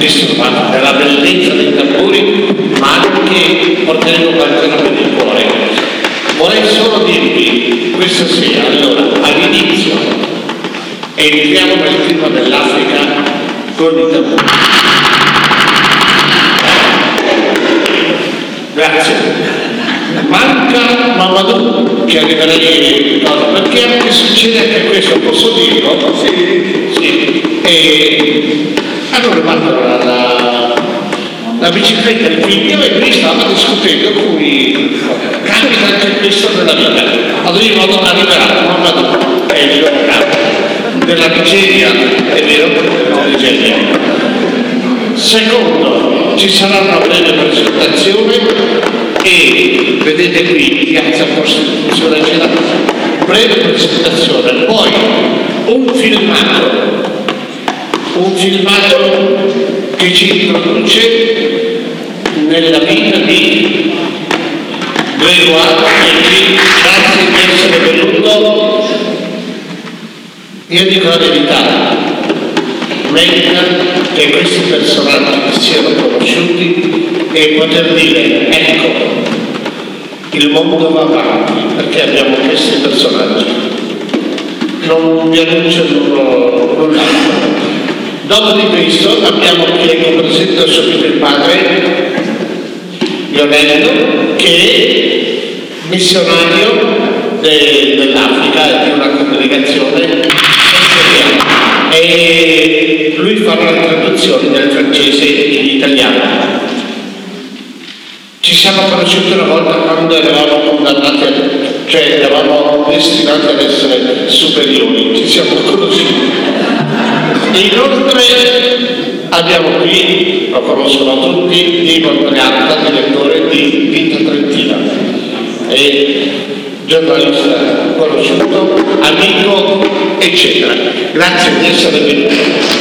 disturbato della bellezza dei tamburi, ma anche porteremo qualcosa per il cuore. Vorrei solo dirvi questa sera, allora, all'inizio, entriamo nel clima dell'Africa con i tamburi. Grazie. Manca Mamadou che arriverà ieri, perché anche succede anche questo, posso dirlo? Sì. E allora manca la bicicletta del figlio e lui stava discutendo, cui capita anche questo nella vita. Ad ogni modo arriverà Mamadou, è il loro capo della Nigeria, è vero? Della Nigeria. Secondo, ci sarà una breve presentazione e vedete qui Piazza Costituzione c'è la breve presentazione, poi un filmato che ci introduce nella vita di Gregoire e grazie di essere venuto. Io dico la verità, merita che questi personaggi siano conosciuti e poter dire ecco, il mondo va avanti perché abbiamo questi personaggi. Non vi annuncio null'altro. Dopo di questo abbiamo qui, ecco, presento subito il padre Lionello, che è missionario dell'Africa, di una congregazione, e lui farà la traduzione dal francese in italiano. Ci siamo conosciuti una volta quando eravamo condannati, cioè eravamo destinati ad essere superiori, ci siamo conosciuti. Inoltre abbiamo qui, lo conoscono tutti, Diego Andreatta, direttore di Vita Trentina, e giornalista conosciuto, amico, eccetera. Grazie di essere venuti.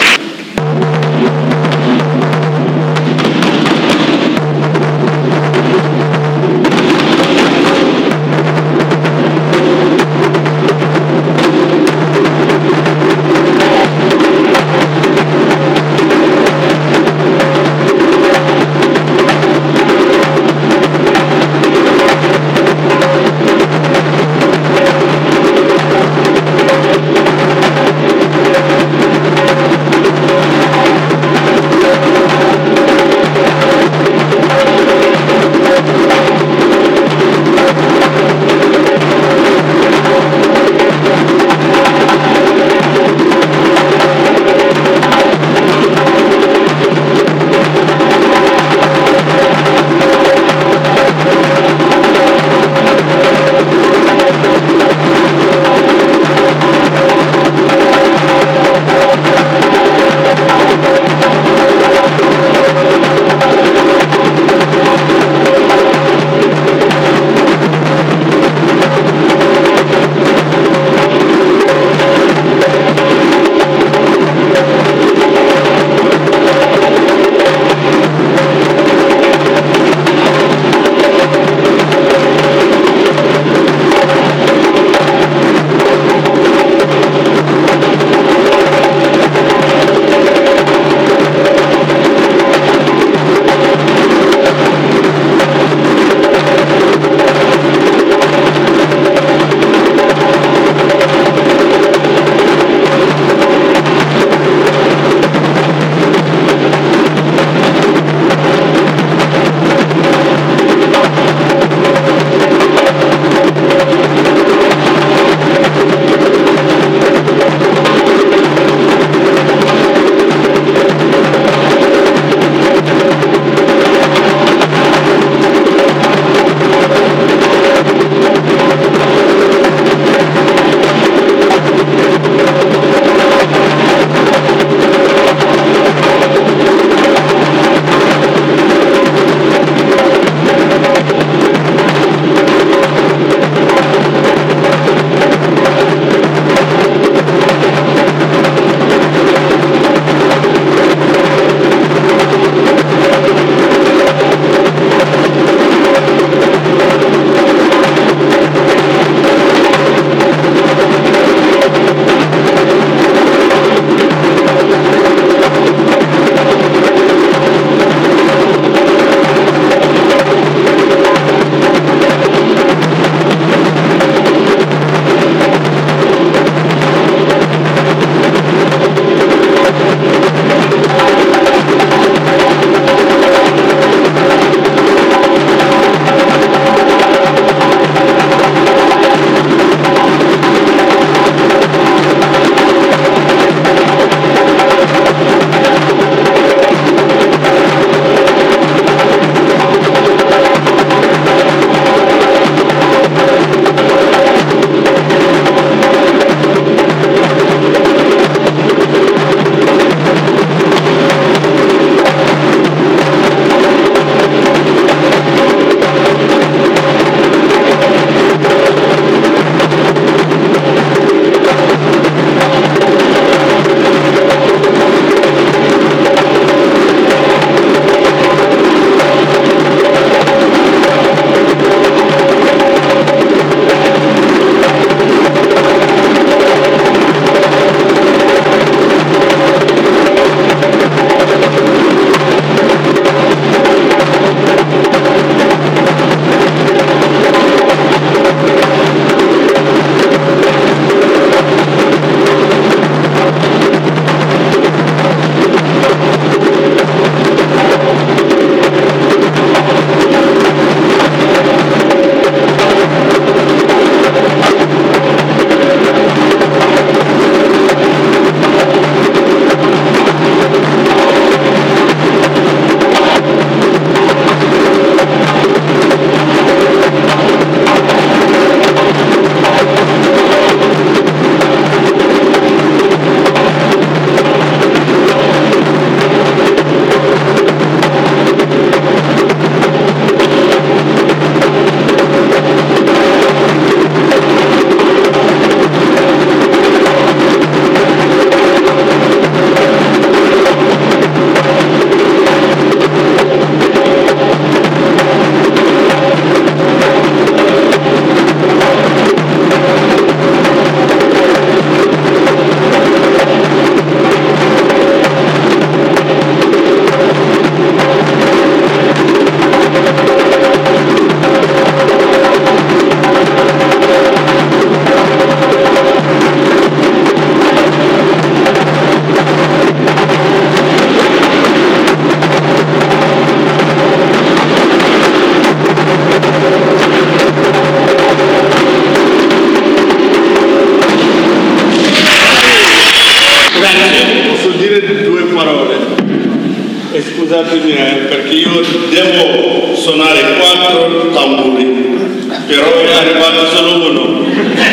Scusatemi perché io devo suonare 4 tamburi, però è arrivato solo uno.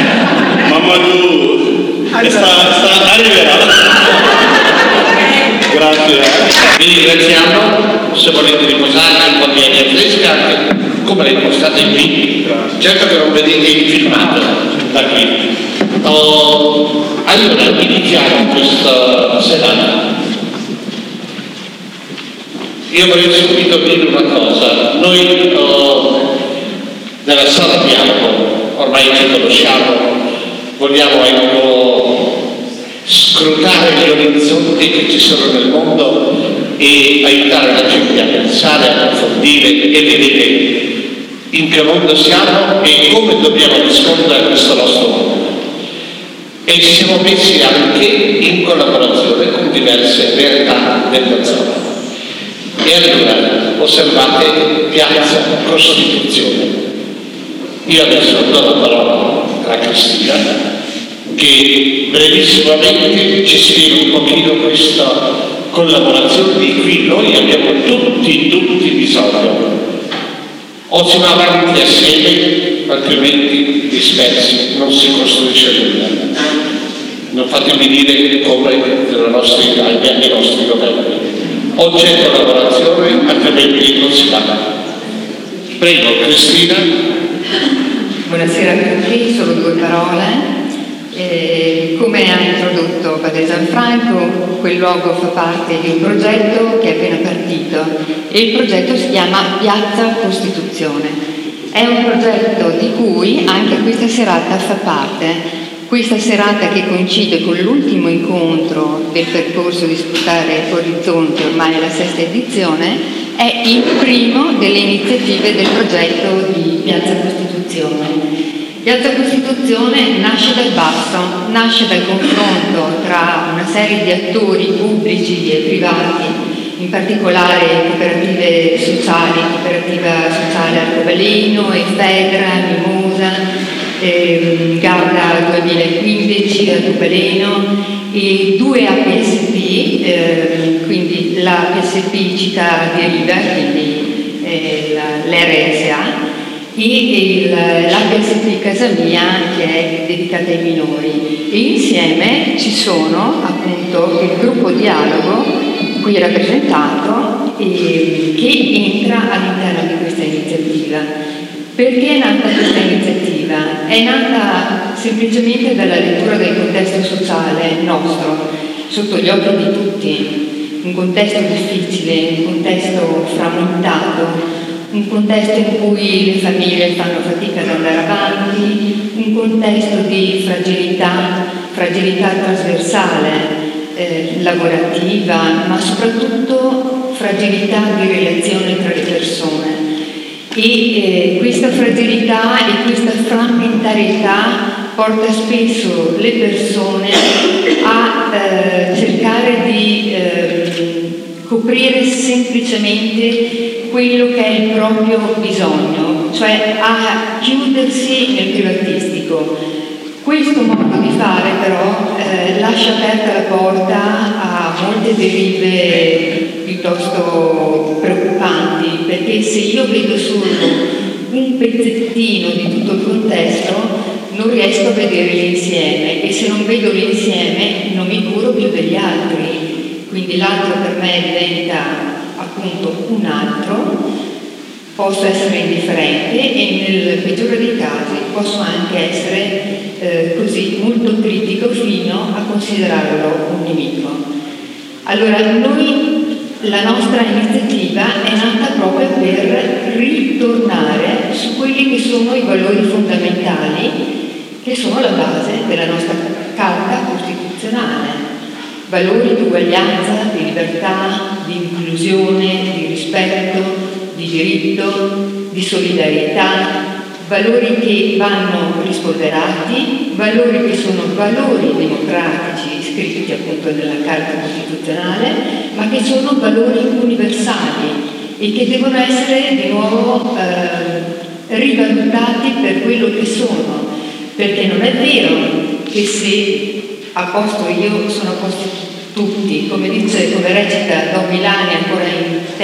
Mamadou arriverà. Grazie. Vi ringraziamo, se volete riposare un po' di aria fresca, anche come l'hai postata in qui. Certo che non vedete il filmato da qui. Allora, iniziamo questa serata. Io vorrei subito dire una cosa. Noi nella Sala Bianco, ormai ci conosciamo, vogliamo scrutare gli orizzonti che ci sono nel mondo e aiutare la gente a pensare, a approfondire e vedere in che mondo siamo e come dobbiamo rispondere a questo nostro mondo. E ci siamo messi anche in collaborazione con diverse realtà della zona. E allora osservate Piazza Costituzione. Io adesso do la parola a Cristina che brevissimamente ci spiega un pochino questa collaborazione di cui noi abbiamo tutti bisogno. O si va avanti assieme, altrimenti dispersi, non si costruisce nulla. Non fatemi dire come nella nostra Italia e i nostri governi. O c'è collaborazione, altrimenti non si va. Prego, Cristina. Buonasera a tutti, solo 2 parole. Come ha introdotto Padre Gianfranco, quel luogo fa parte di un progetto che è appena partito e il progetto si chiama Piazza Costituzione. È un progetto di cui anche questa serata fa parte. Questa serata, che coincide con l'ultimo incontro del percorso di Scrutare Orizzonti, ormai è la 6ª edizione, è il primo delle iniziative del progetto di Piazza Costituzione. Piazza Costituzione nasce dal basso, nasce dal confronto tra una serie di attori pubblici e privati, in particolare cooperative sociali, Cooperativa Sociale Arcobaleno, Efedra, Mimosa, Garda 2015 Arcobaleno e 2 APSP, quindi la APSP Città di Riva, quindi l'RSA, e l'APSP Casa Mia, che è dedicata ai minori. E insieme ci sono appunto il gruppo Dialogo qui rappresentato che entra all'interno di questa iniziativa. Perché è nata questa iniziativa? È nata semplicemente dalla lettura del contesto sociale nostro, sotto gli occhi di tutti, un contesto difficile, un contesto frammentato, un contesto in cui le famiglie fanno fatica ad andare avanti, un contesto di fragilità trasversale, lavorativa, ma soprattutto fragilità di relazione tra le persone. E questa fragilità e questa frammentarietà porta spesso le persone a cercare di coprire semplicemente quello che è il proprio bisogno, cioè a chiudersi nel privatistico. Questo modo di fare però lascia aperta la porta a molte derive piuttosto preoccupanti, perché se io vedo solo un pezzettino di tutto il contesto non riesco a vedere l'insieme, e se non vedo l'insieme non mi curo più degli altri, quindi l'altro per me diventa appunto un altro. Posso essere indifferente e nel peggiore dei casi posso anche essere così molto critico fino a considerarlo un nemico. Allora la nostra iniziativa è nata proprio per ritornare su quelli che sono i valori fondamentali che sono la base della nostra Carta Costituzionale. Valori di uguaglianza, di libertà, di inclusione, di rispetto, di diritto, di solidarietà, valori che vanno rispolverati, valori che sono valori democratici scritti appunto nella Carta Costituzionale, ma che sono valori universali e che devono essere di nuovo rivalutati per quello che sono, perché non è vero che se a posto io sono a posto tutti, come recita Don Milani ancora in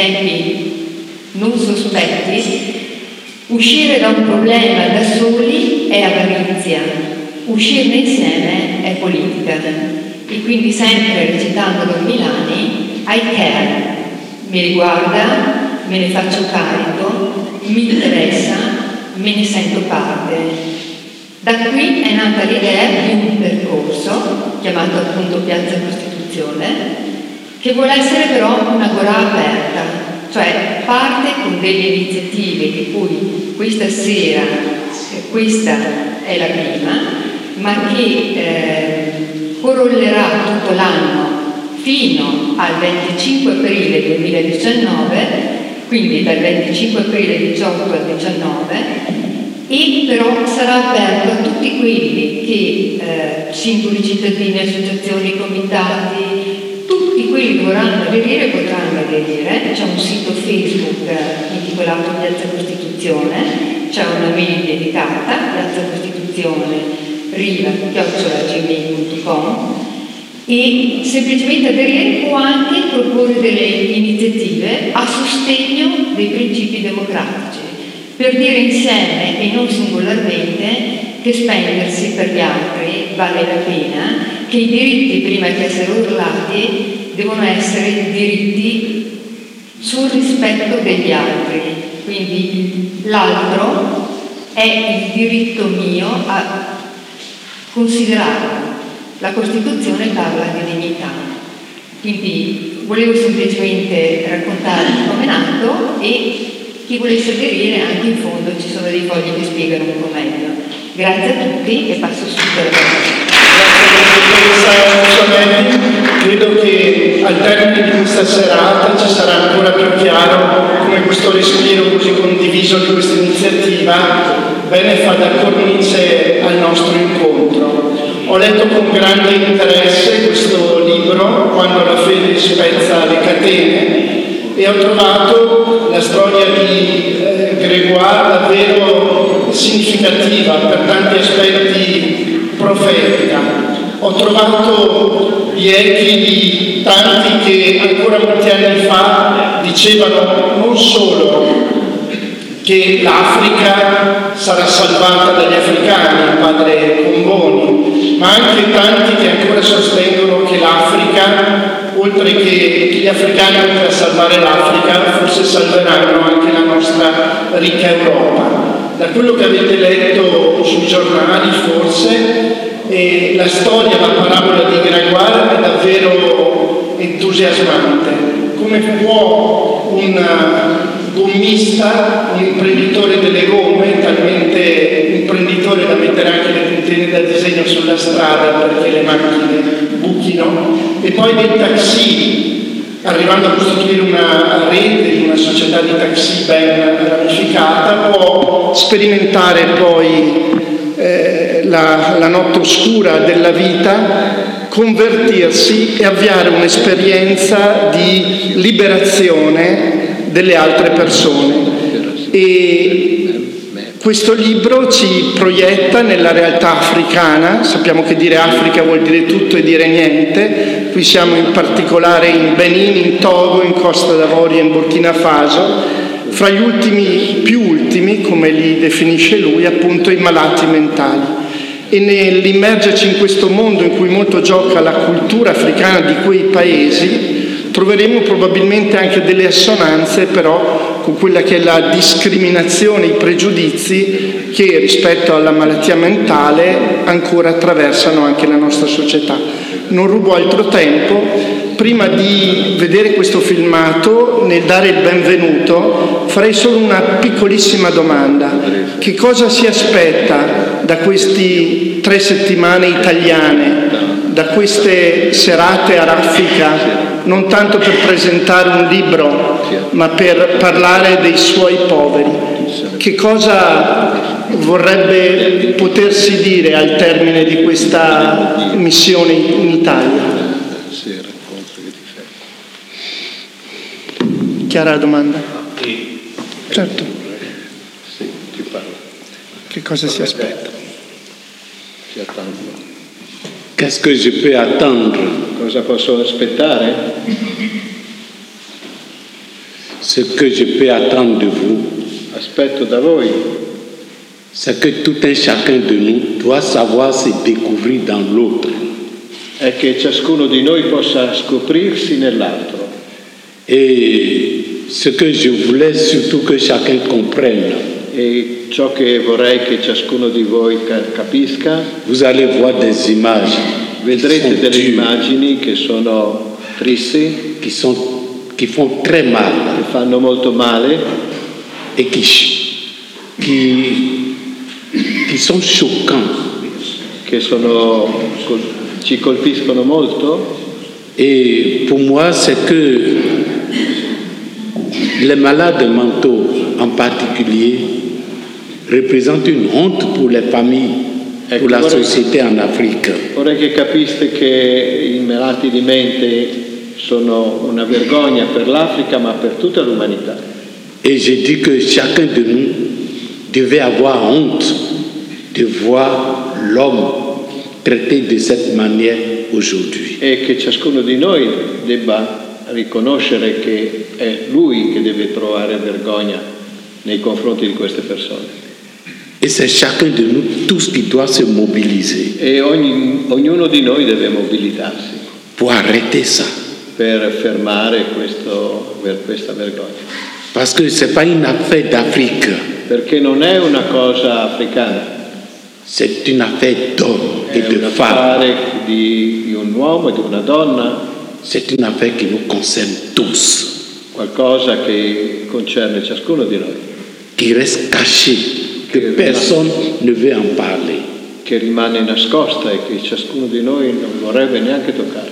tempi non sospetti, uscire da un problema da soli è avarizia, uscirne insieme è politica. E quindi, sempre recitando Don Milani, I care, mi riguarda, me ne faccio carico, mi interessa, me ne sento parte. Da qui è nata l'idea di un percorso, chiamato appunto Piazza Costituzione, che vuole essere però un'agorà aperta, cioè parte con delle iniziative di cui questa sera, questa è la prima, ma che corollerà tutto l'anno fino al 25 aprile 2019, quindi dal 25 aprile 18 al 19, e però sarà aperto a tutti quelli che, singoli cittadini, associazioni, comitati, tutti quelli che vorranno aderire potranno aderire. C'è un sito Facebook intitolato Piazza Costituzione, c'è una mail dedicata, Piazza Costituzione riva@gmail.com, e semplicemente aderire o anche proporre delle iniziative a sostegno dei principi democratici, per dire insieme e non singolarmente che spendersi per gli altri vale la pena, che i diritti, prima che essere urlati, devono essere diritti sul rispetto degli altri. Quindi l'altro è il diritto mio a considerarlo. La Costituzione parla di dignità. Quindi volevo semplicemente raccontare come è nato, e chi volesse aderire, anche in fondo ci sono dei fogli che spiegano un po' meglio. Grazie a tutti e passo subito alla parola. Grazie. Credo che al termine di questa serata ci sarà ancora più chiaro come questo respiro così condiviso di questa iniziativa bene fa da cornice al nostro incontro. Ho letto con grande interesse questo libro, Quando la fede spezza le catene, e ho trovato la storia di Grégoire davvero significativa, per tanti aspetti profetica. Ho trovato gli echi di tanti che ancora molti anni fa dicevano non solo che l'Africa sarà salvata dagli africani, il padre Comboni, ma anche tanti che ancora sostengono che l'Africa, oltre che gli africani, oltre a salvare l'Africa, forse salveranno anche la nostra ricca Europa. Da quello che avete letto sui giornali, forse, la storia, la parabola di Grégoire è davvero entusiasmante. Come può un gommista, un imprenditore delle gomme, talmente imprenditore da mettere anche le puntine da disegno sulla strada perché le macchine buchino, e poi dei taxi, arrivando a costituire una rete, una società di taxi ben ramificata, può sperimentare poi la notte oscura della vita, convertirsi e avviare un'esperienza di liberazione delle altre persone. E questo libro ci proietta nella realtà africana. Sappiamo che dire Africa vuol dire tutto e dire niente. Qui siamo in particolare in Benin, in Togo, in Costa d'Avorio e in Burkina Faso, fra gli ultimi, più ultimi, come li definisce lui, appunto i malati mentali. E nell'immergerci in questo mondo in cui molto gioca la cultura africana di quei paesi, troveremo probabilmente anche delle assonanze però con quella che è la discriminazione, i pregiudizi che rispetto alla malattia mentale ancora attraversano anche la nostra società. Non rubo altro tempo. Prima di vedere questo filmato, nel dare il benvenuto, farei solo una piccolissima domanda. Che cosa si aspetta da queste 3 settimane italiane, da queste serate a raffica, non tanto per presentare un libro, ma per parlare dei suoi poveri? Che cosa vorrebbe potersi dire al termine di questa missione in Italia? Chiara la domanda? Certo. Che cosa si aspetta? Qu'est-ce que je peux attendre? Cosa posso aspettare? Ce que je peux attendre de vous, aspetto da voi, c'est que tout un chacun de nous doit savoir se découvrir dans l'autre. è che ciascuno di noi possa scoprirsi nell'altro. Et ce que je voulais surtout que chacun comprenne, E ciò che vorrei che ciascuno di voi capisca, vous allez voir des images vedrete delle dures, immagini che sono tristi, qui font très mal che fanno molto male et qui sont choquants. che ci colpiscono molto. Et pour moi, c'est que les malades mentaux en particulier représentent une honte pour les familles, pour la société en Afrique. Vorrei che capiste che i malati di mente sono una vergogna per l'Africa, ma per tutta l'umanità. Et je dis que chacun de nous devait avoir honte de voir l'homme traité de cette manière aujourd'hui. E che ciascuno di noi debba riconoscere che è lui che deve provare vergogna nei confronti di queste persone. Et c'est chacun de nous tous qui doit se mobiliser E ognuno di noi deve mobilitarsi pour arrêter ça. per fermare questa vergogna. Parce que ce n'est pas une affaire d'Afrique, Perché non è una cosa africana, c'est une affaire d'hommes et è de un femmes. affare di un uomo e di una donna, C'est une affaire qui nous concerne tous, qualcosa che concerne ciascuno di noi, qui reste caché, que personne ne veut en parler. che rimane nascosta e che ciascuno di noi non vorrebbe neanche toccare.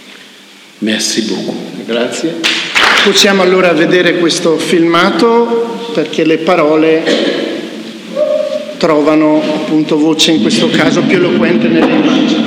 Merci beaucoup. Grazie. Possiamo allora vedere questo filmato perché le parole trovano appunto voce in questo caso più eloquente nelle immagini.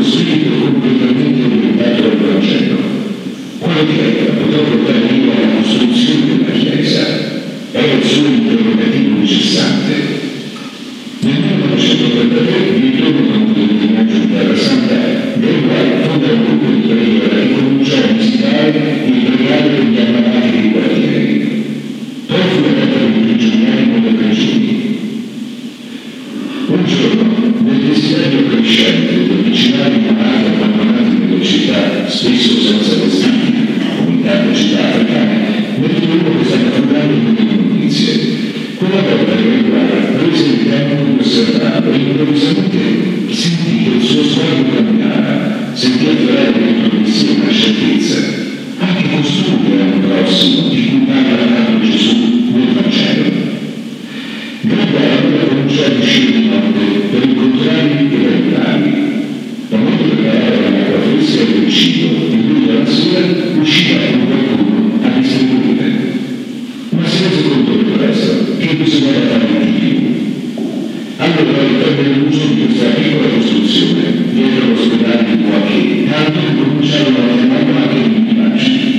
Quello che potrà portare via la Un giorno, nel desiderio crescente di avvicinare i malati abbandonati nelle città, spesso senza vestiti, come in tante città africane, mentre uno che stava curando delle notizie, quella volta Gregoire prese il tempo di osservarlo e improvvisamente sentì che il suo sguardo cambiava, sentì afferrare dentro di sé una certezza. Anche costui era un prossimo di cui parla Gesù nel Vangelo. Gregoire aveva cominciato a uscire di notte per incontrarli e aiutarli. Da molto preparare l'acqua fresca e il cibo e lui dalla sera usciva con qualcuno a distribuire. Ma si rese conto del resto che bisognava fare di più. Allora riprende l'uso di questa piccola costruzione dietro l'ospedale di Poitiers, tanto che cominciarono a chiamarlo anche i villaggi.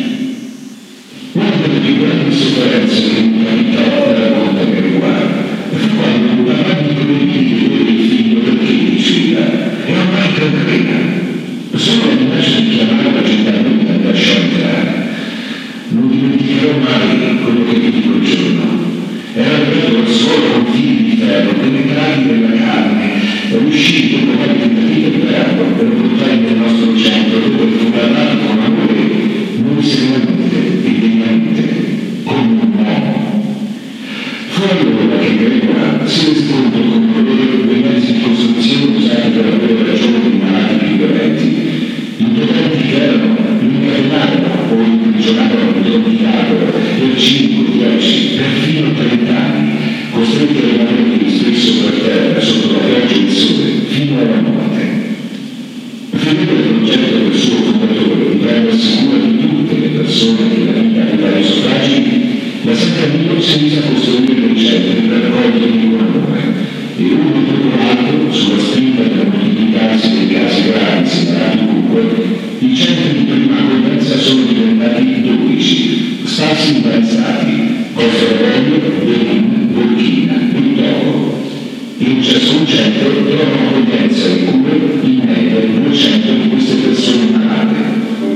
Una delle più grandi sofferenze che mi capitò racconta Gregoire fu quando parlando di quelli di vedere il figlio perché diceva è ormai concreta. Solo invece di chiamarla gentilmente la lasciò entrare. Non dimenticherò mai quello che vidi quel giorno. Era arrivato al suolo con fili di ferro penetrati nella carne e riuscì dopo vari tentativi di ferro per portare nel nostro centro dove fu parlato con amore, non seriamente e degnamente, come un uomo. Fu allora che Gregoire si rese conto con colore dei mezzi di costruzione usati per avere ragione dei malati più violenti. Impotenti che erano, li incatenavano o imprigionavano in diavolo per 5, 10, perfino 30 anni, costretti a rimanere spesso per terra sotto la pioggia e il sole fino alla morte. Finito il progetto del suo fondatore di prendersi cura di tutte le persone che la vita aveva reso fragili, la San Camillo si mise a costruire dei centri per raccogliere con amore e uno dopo l'altro, sulla spinta del moltiplicarsi dei casi gravi segnalati ovunque, i centri di prima accoglienza sono diventati 12, sparsi in vari stati, Costa d'Avorio, Benin, Burkina e Togo. In ciascun centro trovano accoglienza e cure in media 200 di queste persone malate.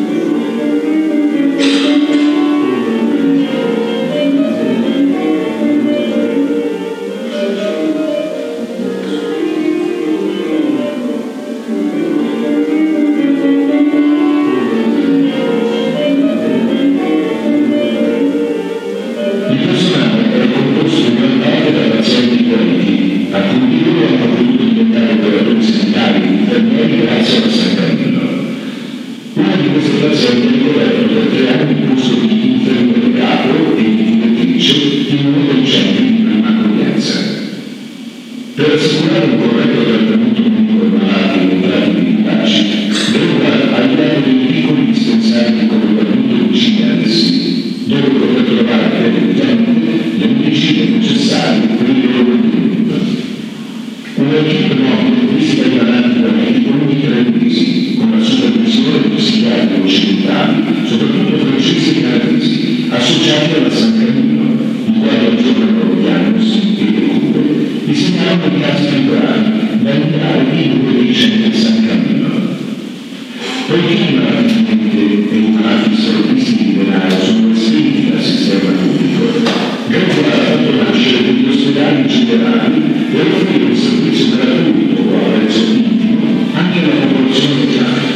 Per assicurare un corretto trattamento medico ai malati e entrati nei villaggi, Gregoire ha ideato dei piccoli dispensari di collegamento vicini ad essi, dove poter trovare periodicamente le medicine necessarie per il loro mantenimento. Un'equipe mobile visita i malati da medico ogni 3 mesi, con la supervisione di psichiatri occidentali, soprattutto francesi e canadesi, associati alla San Camillo, i quali aggiornano le diagnosi e le cure, disegnando i casi temporali da inviare in uno dei centri San Camillo. Poiché i malati di mente e i malati sorristi di denaro sono respinti dal sistema pubblico, Gregoire ha fatto nascere degli ospedali generali per offrire un servizio gratuito o a prezzo intimo anche alla popolazione locale.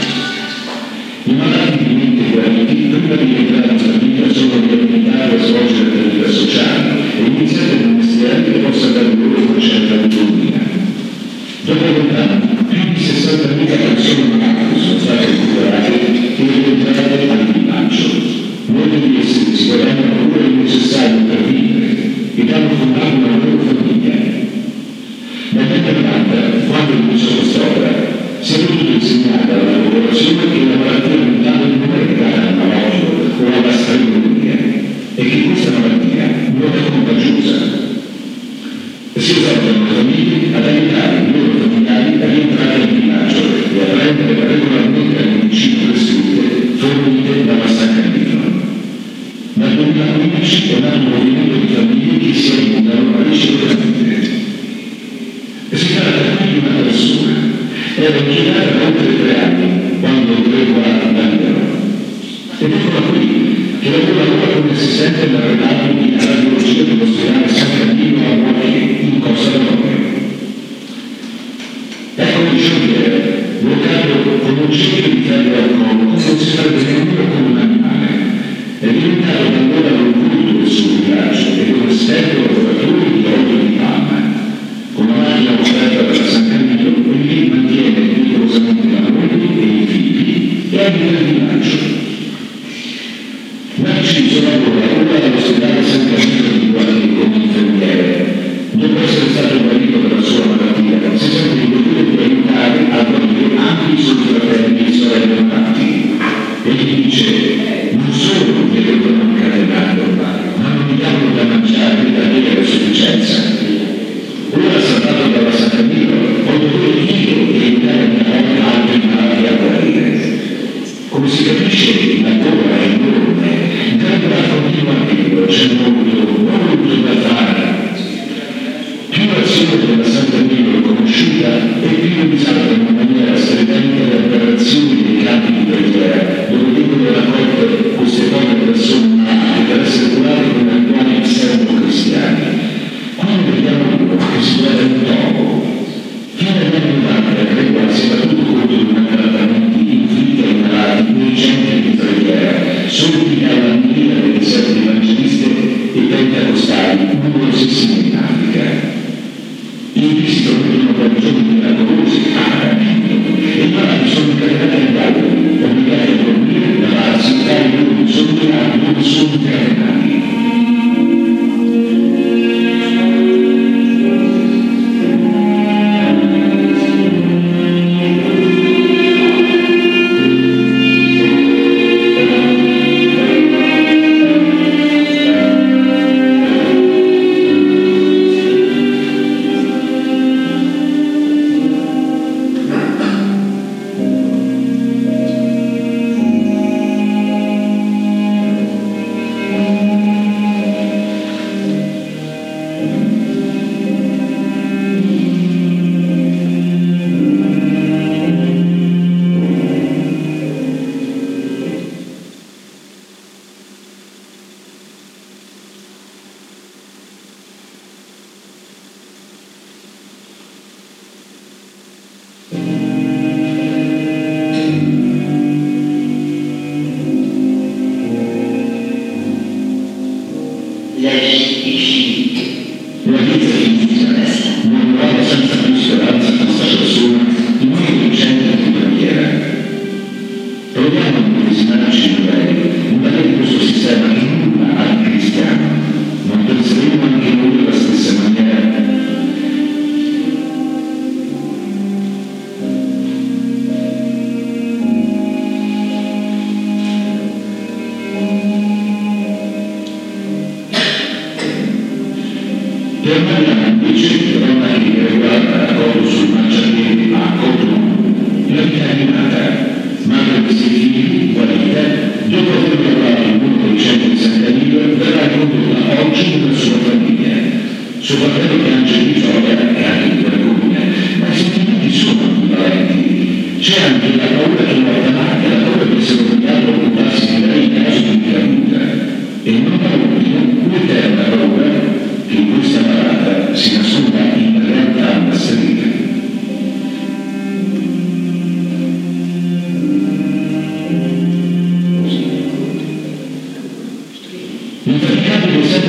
I malati di mente guariti, prima di entrare nella vita, sono riabilitati a svolgere attività sociali e iniziare un mestiere che possa dare loro una certa autonomia. Dopo 20 anni, più di 60.000 persone malate sono state recuperate e rientrate al villaggio. Molti di essi si guadagnano pure il necessario per vivere ed hanno fondato una loro famiglia. Negli anni 90, quando iniziò quest'opera, si è voluto insegnare alla popolazione che la malattia mentale non è legata al malocchio o alla stregoneria e che questa malattia non è contagiosa. Si esortano le famiglie ad aiutare i loro familiari a rientrare al villaggio e a prendere regolarmente le medicine prescritte fornite dalla San Camillo. Nel 2015 è nato un movimento di famiglie che si aiutano reciprocamente. Si tratta qui di una persona. Era impiegata da oltre 3 anni quando Gregoire andò. Ed eccola qui, che lavora ora come assistente nel reparto di radiologia dell'ospedale San Camillo a Poitiers, in Costa d'Avorio.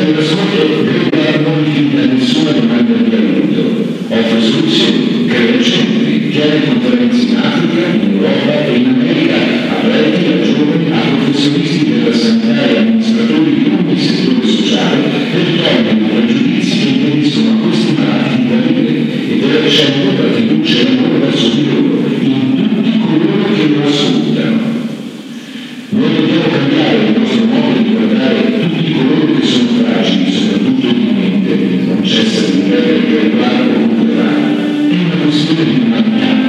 dell'ascolto regolare non limita nessuna domanda di aiuto, offre soluzioni, crea centri, tiene conferenze in Africa, in Europa e in America, aperti a giovani, a professionisti della sanità e amministratori di ogni settore sociale, per togliere i pregiudizi che impediscono a questi malati di guarire e per accendere la fiducia e l'amore verso di loro, in tutti coloro che lo ascoltano. Noi dobbiamo cambiare il nostro modo di guardare tutti coloro che sono fragili, soprattutto di mente, non cessa di ripetere che arrivare ovunque va. È una questione di umanità.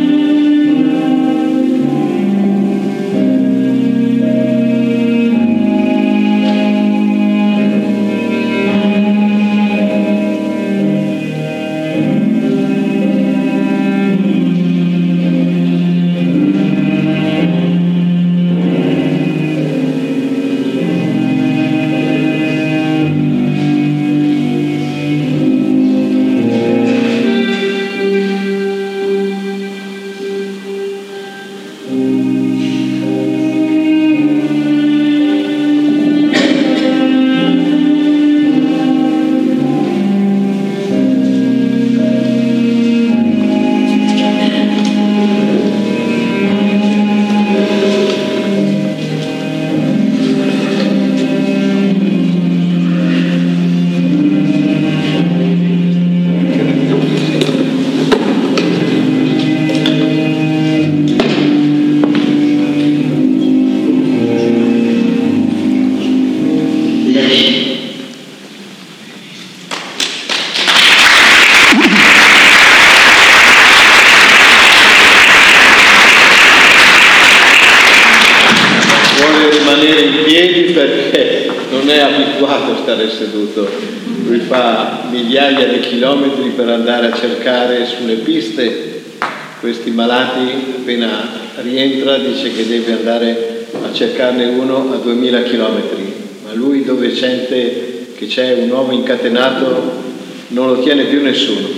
Seduto, lui fa migliaia di chilometri per andare a cercare sulle piste questi malati. Appena rientra dice che deve andare a cercarne uno a 2000 chilometri, ma lui, dove sente che c'è un uomo incatenato, non lo tiene più nessuno.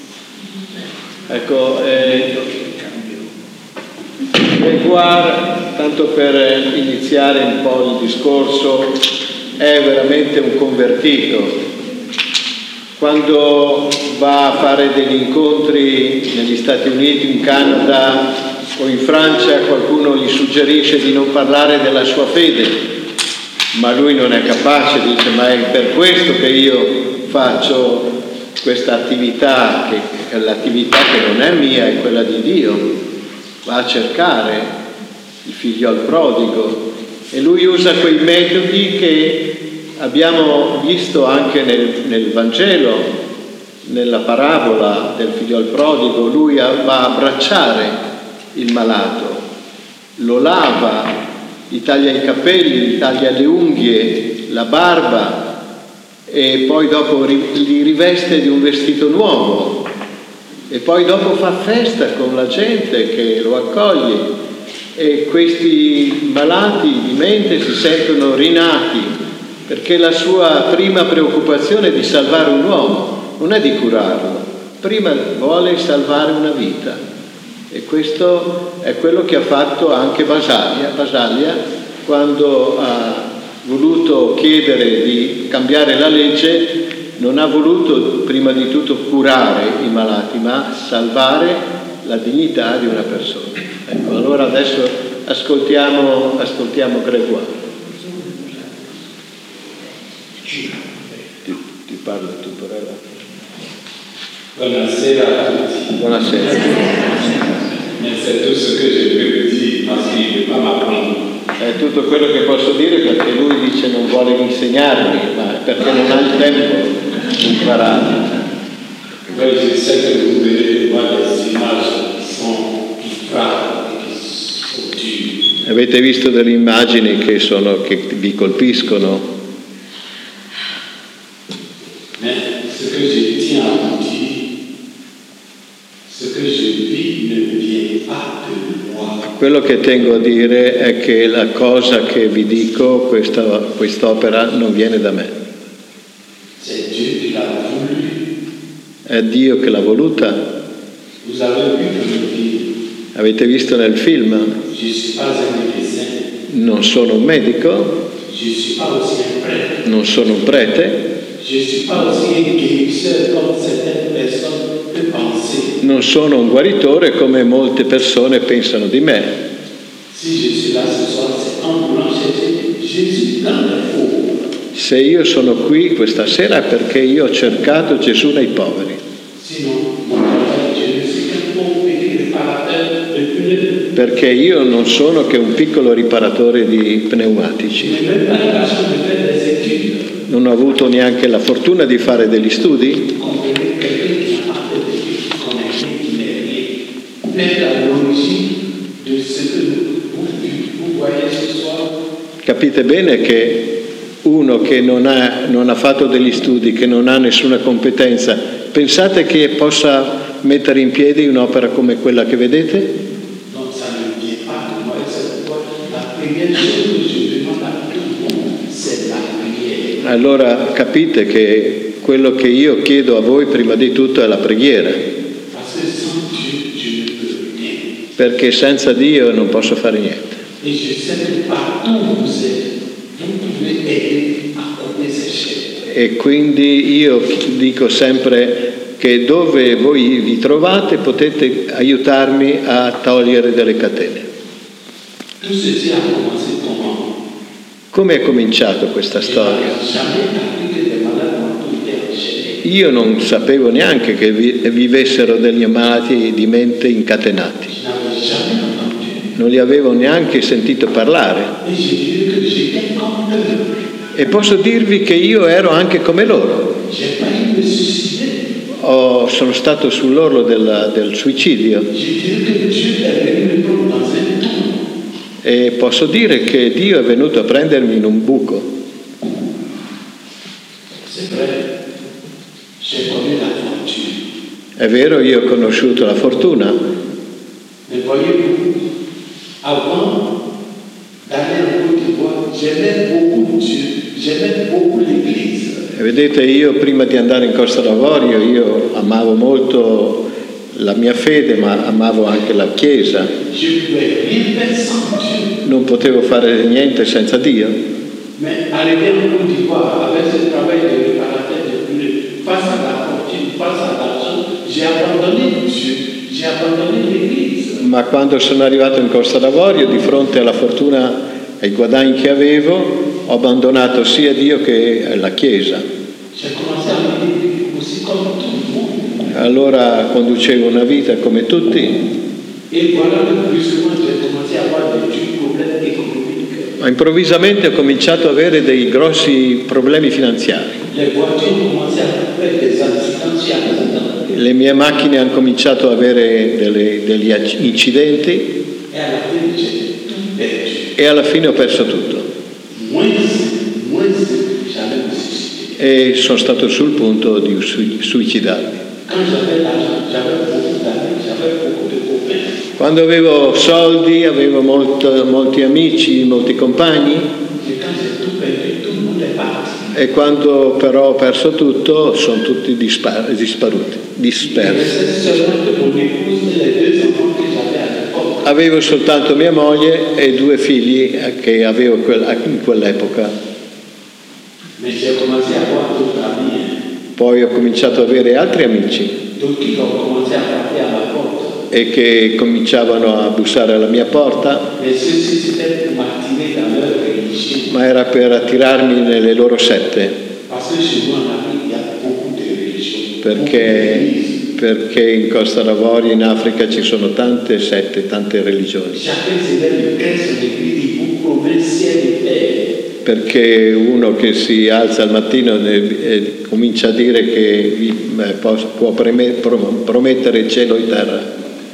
Ecco, Grégoire, tanto per iniziare un po' il discorso, è veramente un convertito. Quando va a fare degli incontri negli Stati Uniti, in Canada o in Francia, qualcuno gli suggerisce di non parlare della sua fede, ma lui non è capace, dice: ma è per questo che io faccio questa attività, che è l'attività che non è mia, è quella di Dio. Va a cercare il figlio al prodigo. E lui usa quei metodi che abbiamo visto anche nel Vangelo, nella parabola del figlio al prodigo. Lui va a abbracciare il malato, lo lava, gli taglia i capelli, gli taglia le unghie, la barba, e poi dopo li riveste di un vestito nuovo, e poi dopo fa festa con la gente che lo accoglie. E questi malati di mente si sentono rinati, perché la sua prima preoccupazione è di salvare un uomo, non è di curarlo. Prima vuole salvare una vita, e questo è quello che ha fatto anche Basaglia quando ha voluto chiedere di cambiare la legge. Non ha voluto prima di tutto curare i malati, ma salvare la dignità di una persona. Ecco, allora adesso ascoltiamo Grégoire. Ti parlo tu, Porella. Buonasera a tutti. Buonasera. Mais c'est tout ce que je peux vous dire parce qu'il ne veut pas m'apprendre. È tutto quello che posso dire, perché lui dice non vuole insegnarmi, ma perché non ha il tempo di imparare. Oui, je sais que vous venez de voir des images qui frappent et qui sont dures. Avete visto delle immagini che vi colpiscono? Mais ce que je tiens à vous dire, ce que je vis ne vient pas de moi. Quello che tengo a dire è che la cosa che vi dico, quest'opera, non viene da me. C'est Dieu qui l'a voulu. È Dio che l'ha voluta. Vous avez vu dans le film. Avete visto nel film? Je ne suis pas un médecin. Non sono un medico. Je Je ne suis pas aussi un prêtre. Non sono un prete. Je ne suis pas aussi un guérisseur comme certaines personnes peuvent penser. Non sono un guaritore come molte persone pensano di me. Si je suis là ce soir, c'est en voulant chercher Jésus dans les pauvres. Se io sono qui questa sera è perché io ho cercato Gesù nei poveri. Sinon, mon travail, je ne suis qu'un pauvre petit réparateur de pneus. Perché io non sono che un piccolo riparatore di pneumatici. Je n'ai même pas la chance de faire des études. Non ho avuto neanche la fortuna di fare degli studi. Comprenez, quelqu'un qui n'a pas fait d'études, qui connaît rien, qui n'est rien, n'est à l'origine de ce que vous voyez ce soir. Capite bene che uno che non ha fatto degli studi, che non ha nessuna competenza, pensate che possa mettere in piedi un'opera come quella che vedete? Donc ça ne vient pas de moi, et c'est pourquoi la première chose que je demande à tout le monde, c'est la prière. Allora capite che quello che io chiedo a voi prima di tutto è la preghiera. Parce que sans Dieu, je ne peux rien. Perché senza Dio non posso fare niente. Et je sais que partout où vous êtes, vous pouvez aider à couper ces chaînes. E quindi io dico sempre che dove voi vi trovate potete aiutarmi a togliere delle catene. Tout ceci a commencé comment? Come è cominciato questa storia? Jamais appris que des malades mentaux étaient enchaînés. Io non sapevo neanche che vivessero degli ammalati di mente incatenati. Je n'avais jamais entendu. Non li avevo neanche sentito parlare. Et je dirais que j'étais comme eux. E posso dirvi che io ero anche come loro. J'ai failli me suicider. Sono stato sull'orlo del suicidio. Je dirais que Dieu est venu me prendre dans un trou. E posso dire che Dio è venuto a prendermi in un buco. C'est vrai. J'ai connu la fortune. È vero, io ho conosciuto la fortuna, Mais voyez-vous, avant d'aller en Côte d'Ivoire, j'aimais beaucoup Dieu, j'aimais beaucoup l'Église. e vedete, io prima di andare in Costa d'Avorio, io amavo molto la mia fede, ma amavo anche la Chiesa. Je ne pouvais rien faire sans Dieu. Non potevo fare niente senza Dio. Mais arrivé en Côte d'Ivoire, avec ce travail de réparateur de pneus, face à la fortune, face à l'argent, j'ai abandonné Dieu, j'ai abandonné l'Église. Ma quando sono arrivato in Costa d'Avorio, di fronte alla fortuna e ai guadagni che avevo, ho abbandonato sia Dio che la Chiesa. J'ai commencé à vivre aussi comme tout le monde. Allora conducevo una vita come tutti Et voilà que brusquement, j'ai commencé à avoir des problèmes économiques. ma improvvisamente ho cominciato ad avere dei grossi problemi finanziari. Les voitures ont commencé à faire des accidents chez accidents. Le mie macchine hanno cominciato ad avere degli incidenti Et à la fin, j'ai tout perdu. e alla fine ho perso tutto. Moins, j'allais me suicider. E sono stato sul punto di suicidarmi. Quand j'avais l'argent, j'avais beaucoup d'amis, j'avais beaucoup de copains. Quando avevo soldi, avevo molti amici, molti compagni, Et quand j'ai tout perdu, tout le monde est parti. e quando però ho perso tutto sono tutti dispersi. Il restait seulement que mon épouse et les deux enfants que j'avais à l'époque. Avevo soltanto mia moglie e 2 figli che avevo in quell'epoca. Mais j'ai commencé à avoir d'autres amis, Poi ho cominciato ad avere altri amici d'autres qui ont commencé à frapper à ma porte. e che cominciavano a bussare alla mia porta, Mais ceux-ci, c'était pour m'attirer dans leur religion. ma era per attirarmi nelle loro sette, Parce que chez nous en Afrique, il y a beaucoup de religions. Beaucoup d'églises. perché in Costa d'Avorio, in Africa, ci sono tante sette, tante religioni. Chacun se lève, il crée son église, il vous promet ciel et terre. Perché uno che si alza al mattino e comincia a dire che può promettere cielo e terra.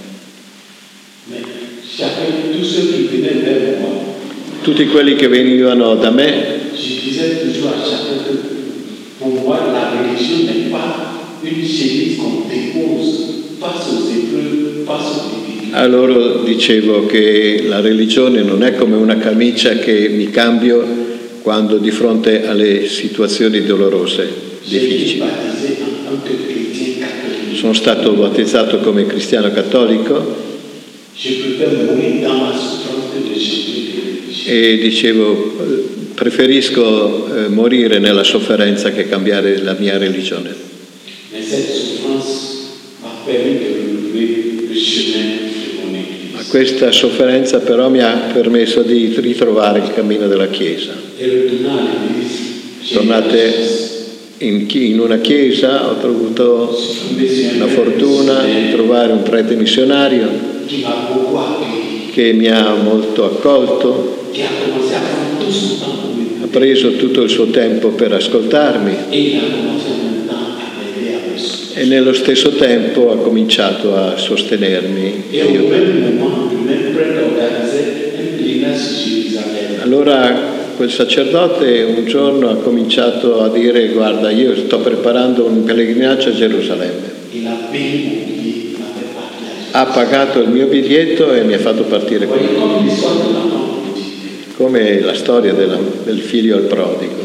Mais chacun, tous ceux qui venaient vers moi, Tutti quelli che venivano da me, je disais toujours à chacun que pour moi, la religion n'est pas une chemise qu'on dépose face aux épreuves, face aux difficultés. a loro dicevo che la religione non è come una camicia che mi cambio quando di fronte alle situazioni dolorose, J'ai été difficili. baptisé en tant que chrétien catholique. Sono stato battezzato come cristiano cattolico Je préfère mourir dans ma souffrance que de changer de religion. e dicevo preferisco morire nella sofferenza che cambiare la mia religione. Mais cette souffrance m'a permis de retrouver le chemin de mon Église. Ma questa sofferenza però mi ha permesso di ritrovare il cammino della Chiesa. Et retournant à l'Église, Tornate in una chiesa, ho avuto la fortuna di trovare un prete missionario qui m'a beaucoup accueilli, che mi ha molto accolto, qui a commencé à prendre tout son temps pour m'écouter. ha preso tutto il suo tempo per ascoltarmi Et il a commencé en même temps à m'aider à me soutenir. e nello stesso tempo ha cominciato a sostenermi. Et au même moment, le même prêtre organisait un pèlerinage sur Jérusalem. Allora quel sacerdote un giorno ha cominciato a dire: guarda, io sto preparando un pellegrinaggio a Gerusalemme. Il a payé mon billet, m'a fait partir. Ha pagato il mio biglietto e mi ha fatto partire con Voyez, lui, comme l'histoire de l'enfant prodigue. come la storia del figlio al prodigo.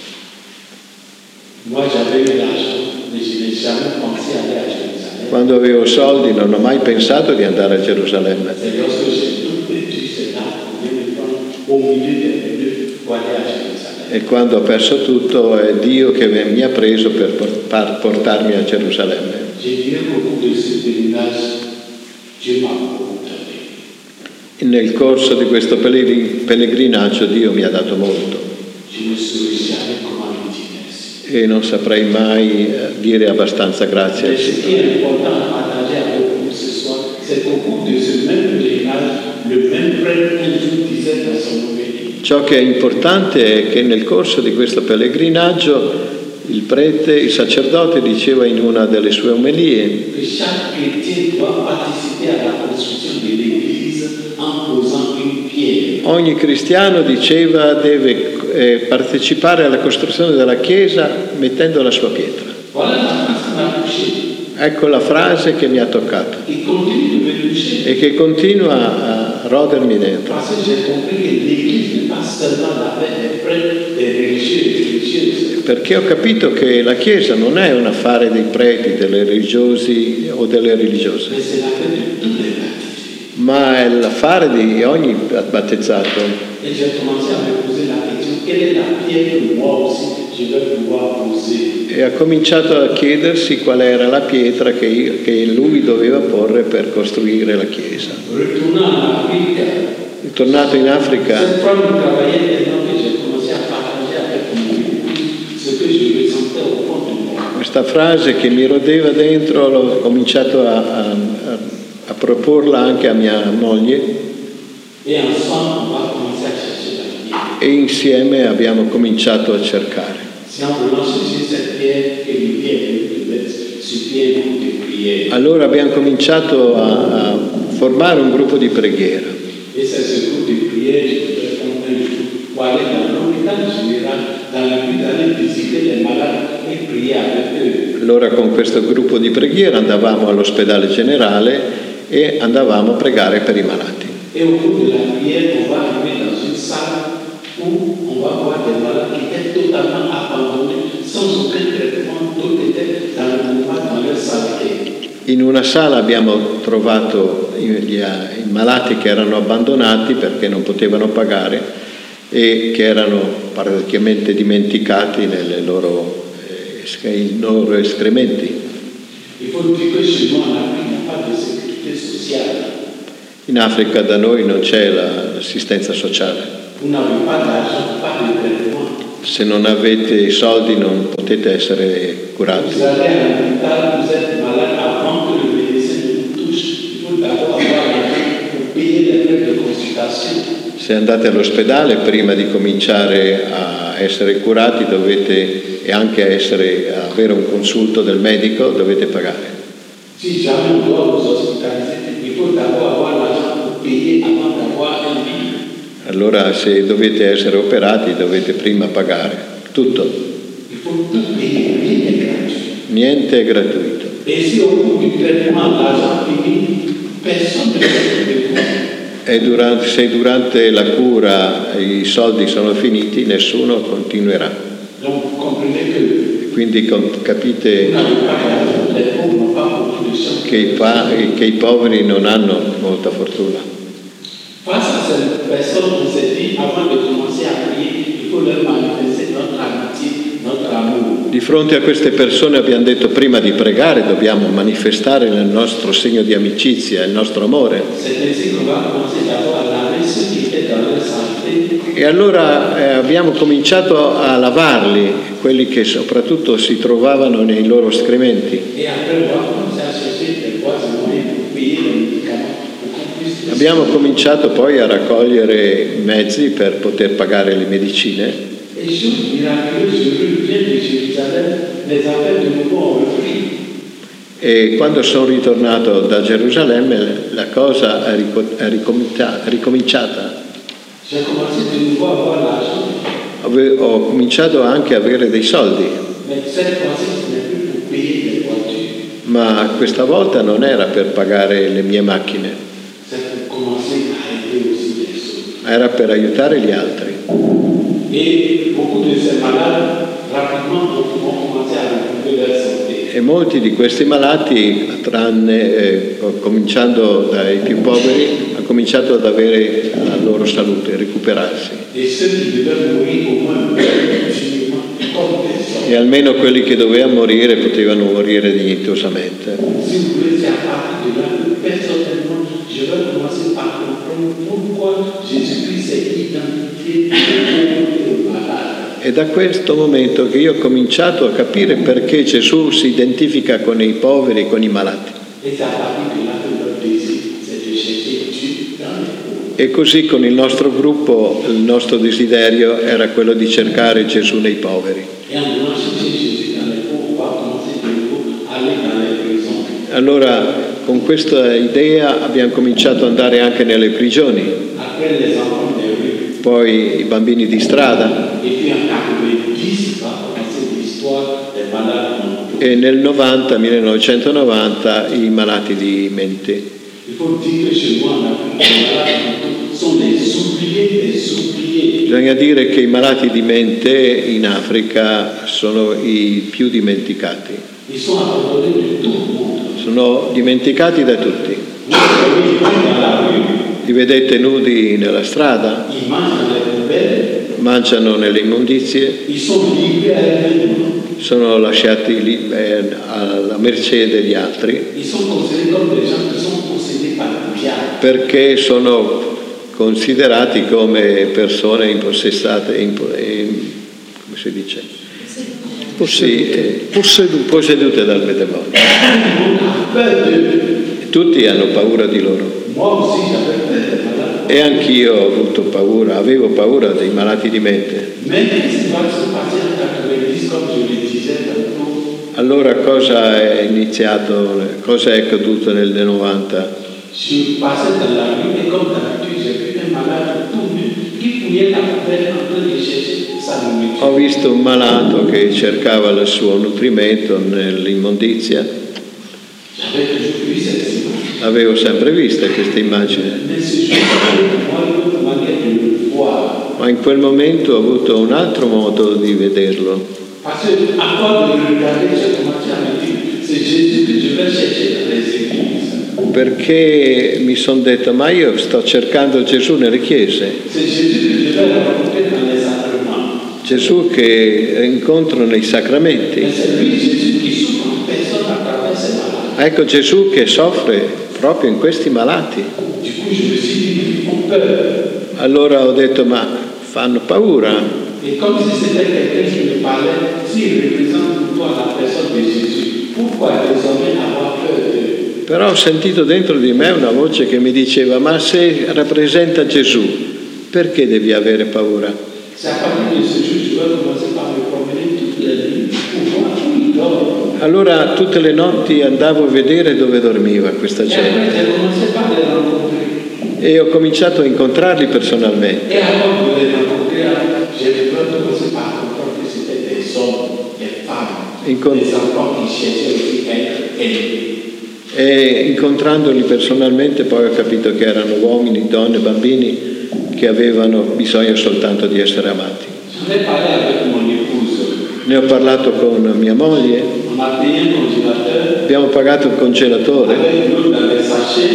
Moi, j'avais eu l'argent, mais je n'ai jamais pensé aller à Jérusalem. Quando avevo soldi non ho mai pensato di andare a Gerusalemme. C'est lorsque j'ai tout perdu, c'est là qu'on vient me prendre au milieu des deux pour aller à Jérusalem. E quando ho perso tutto è Dio che mi ha preso per portarmi a Gerusalemme. J'ai dirais qu'au cours de ce pèlerinage, Dieu m'a beaucoup donné. E nel corso di questo pellegrinaggio Dio mi ha dato molto Je ne saurais jamais comment lui dire merci. e non saprei mai dire abbastanza grazie al Mais ce Signore. qui est important à partager avec vous ce soir, c'est qu'au cours de ce même pèlerinage, le même prêtre un jour disait dans son homélie, Ciò che è importante è che nel corso di questo pellegrinaggio il prete, il sacerdote diceva in una delle sue omelie que chaque chrétien doit participer à la construction de l'Église en posant une pierre. ogni cristiano diceva deve partecipare alla costruzione della Chiesa mettendo la sua pietra. Voilà la phrase qui m'a touché. Ecco la frase che mi ha toccato Il continue de me toucher. e che continua a rodermi dentro. Parce que j'ai compris que l'Église n'est pas seulement la fête des prêtres, des religieux et des religieuses. Perché ho capito che la Chiesa non è un affare dei preti, delle religiosi o delle religiose, Mais c'est la fête de tous les baptisés. ma è l'affare di ogni battezzato. Et j'ai commencé à me poser la question, quelle est la pierre que moi aussi je vais pouvoir poser? E ha cominciato a chiedersi qual era la pietra che lui doveva porre per costruire la Chiesa. Retournant en Afrique, Tornato in Africa, cette femme travaillait tellement que j'ai commencé à partager avec mon époux ce que je ressentais au fond de moi. questa frase che mi rodeva dentro l'ho cominciato a proporla anche a mia moglie Et ensemble, on va commencer à chercher la pierre. e insieme abbiamo cominciato a cercare. Si en voulant chercher cette pierre, que l'idée est venue de mettre sur pied un groupe de prière. Allora abbiamo cominciato a formare un gruppo di preghiera. Et c'est ce groupe de prière que je vais prendre un jour pour aller dans l'hôpital général, dans le but d'aller visiter les malades et prier avec eux. Allora con questo gruppo di preghiera andavamo all'ospedale generale e andavamo a pregare per i malati. Et au cours de la prière, on va arriver dans une salle où on va voir des malades qui étaient totalement abandonnés, sans aucun traitement, d'autres étaient dans le mouvement, dans leur saleté. In una sala abbiamo trovato i malati che erano abbandonati perché non potevano pagare e che erano praticamente dimenticati nei loro escrementi. Il faut dire que chez nous en Afrique, il n'y a pas de sécurité sociale. In Africa da noi non c'è l'assistenza sociale. Vous n'avez pas d'argent, pas de traitement. Se non avete i soldi non potete essere curati. Vous allez à l'hôpital, vous êtes malade, avant que le médecin ne vous touche, il faut d'abord avoir l'argent pour payer les frais de consultation. Se andate all'ospedale, prima di cominciare a essere curati e anche avere un consulto del medico, dovete pagare. Si jamais on doit vous hospitaliser, il faut d'abord avoir l'argent pour payer avant d'avoir un lit. Allora se dovete essere operati dovete prima pagare tutto. Il faut tout payer, rien n'est gratuit. Niente è gratuito. Et si au cours du traitement l'argent finit, personne ne peut de vous. E se durante la cura i soldi sono finiti, nessuno continuerà. Donc vous comprenez que Quindi capite vous n'avez pas d'argent, les pauvres n'ont pas beaucoup de chance. che i poveri non hanno molta fortuna. Face à cette personne, on s'est dit, avant de commencer à prier, il faut leur manifester notre amitié, notre amour. Di fronte a queste persone abbiamo detto prima di pregare dobbiamo manifestare il nostro segno di amicizia, il nostro amore. C'est ainsi qu'on va commencer d'abord à laver ceux qui étaient dans leur santé. E allora abbiamo cominciato a lavarli, quelli che soprattutto si trovavano nei loro escrementi. Et après, on va commencer à chercher des voies et moyens pour payer les médicaments pour qu'on puisse. Abbiamo cominciato poi a raccogliere mezzi per poter pagare le medicine. Et chose miraculeuse, je reviens de Jérusalem, les affaires de nouveau ont repris. E quando sono ritornato da Gerusalemme la cosa è ricominciata. J'ai commencé de nouveau à avoir l'argent. Ho cominciato anche a avere dei soldi, Mais cette fois-ci, ce n'est plus pour payer les voitures. ma questa volta non era per pagare le mie macchine, C'est pour commencer à aider aussi les autres. era per aiutare gli altri. Et beaucoup de ces malades, rapidement, ont commencé à retrouver leur santé. E molti di questi malati, cominciando dai più poveri, hanno cominciato ad avere la loro salute, recuperarsi. Et ceux qui devaient mourir au moins dignement, comme personne. E almeno quelli che dovevano morire potevano morire dignitosamente. Si vous voulez, c'est à partir de là que personnellement, je vais commencer par comprendre pourquoi Jésus-Christ s'est identifié aux malades. È da questo momento che io ho cominciato a capire perché Gesù si identifica con i poveri e con i malati. Et c'est à partir de là que notre désir, c'est de chercher Dieu dans les pauvres. E così con il nostro gruppo il nostro desiderio era quello di cercare Gesù nei poveri. Et en allant chercher Jésus dans les pauvres, on va commencer de nouveau à aller dans les prisons. Allora con questa idea abbiamo cominciato ad andare anche nelle prigioni, Après les enfants des rues. poi i bambini di strada. Et puis en 90, va commencer l'histoire des malades mentaux. E nel 1990 i malati di mente. Il faut dire que chez moi en Afrique, les malades mentaux sont des oubliés. Bisogna dire che i malati di mente in Africa sono i più dimenticati. Ils sont abandonnés de tout le monde. Sono dimenticati da tutti. Vous voyez, dans la rue, Li vedete nudi nella strada, ils mangent dans les poubelles, mangiano nelle immondizie, ils sont livrés à l'événement. sono lasciati lì, alla mercé degli altri, Ils sont considérés comme des gens qui sont possédés par le diable. perché sono considerati come persone impossessate, come si dice? Possedute dal demonio. Peur de Tutti hanno paura di loro. moi aussi, j'avais peur des malades. E anch'io ho avuto paura, avevo paura dei malati di mente. Mais qu'est-ce qui va se passer en 90, comme je le disais tantôt? Allora cosa è accaduto nel 90? Je passais dans la rue et comme d'habitude, j'ai vu un malade tout nu qui fouillait la poubelle en train de chercher sa nourriture. Ho visto un malato che cercava il suo nutrimento nell'immondizia. J'avais toujours vu cette image. Avevo sempre vista questa immagine, Mais ce jour-là, moi, une autre manière de le voir. ma in quel momento ho avuto un altro modo di vederlo. Parce que, à force de le regarder, j'ai commencé à me dire, c'est Jésus que je vais chercher dans les églises. Perché mi sono detto, ma io sto cercando Gesù nelle chiese, C'est Jésus que je vais rencontrer dans les sacrements. Gesù che incontro nei sacramenti. Mais c'est lui, Jésus, qui souffre en personne à travers ses malades. Ecco Gesù che soffre proprio in questi malati. Du coup, je me suis dit, ils font peur. Allora ho detto, ma fanno paura. Et comme si c'était quelqu'un qui me parlait, s'il représente pour toi la personne de Jésus, pourquoi désormais avoir peur d'eux? Però ho sentito dentro di me una voce che mi diceva, ma se rappresenta Gesù, perché devi avere paura? C'est à partir de ce jour, je vais commencer par me promener toutes les nuits pour voir où il dort. Allora tutte le notti andavo a vedere dove dormiva questa Et gente après, j'ai commencé par les rencontrer. e ho cominciato a incontrarli personalmente. Et avant de les rencontrer, j'ai commencé par comprendre que c'était des hommes, des femmes, des enfants qui cherchaient aussi à être élevés. E incontrandoli personalmente poi ho capito che erano uomini, donne, bambini che avevano bisogno soltanto di essere amati. J'en ai parlé avec mon épouse. Ne ho parlato con mia moglie, On a payé un congélateur abbiamo pagato il congelatore avec l'eau dans les sachets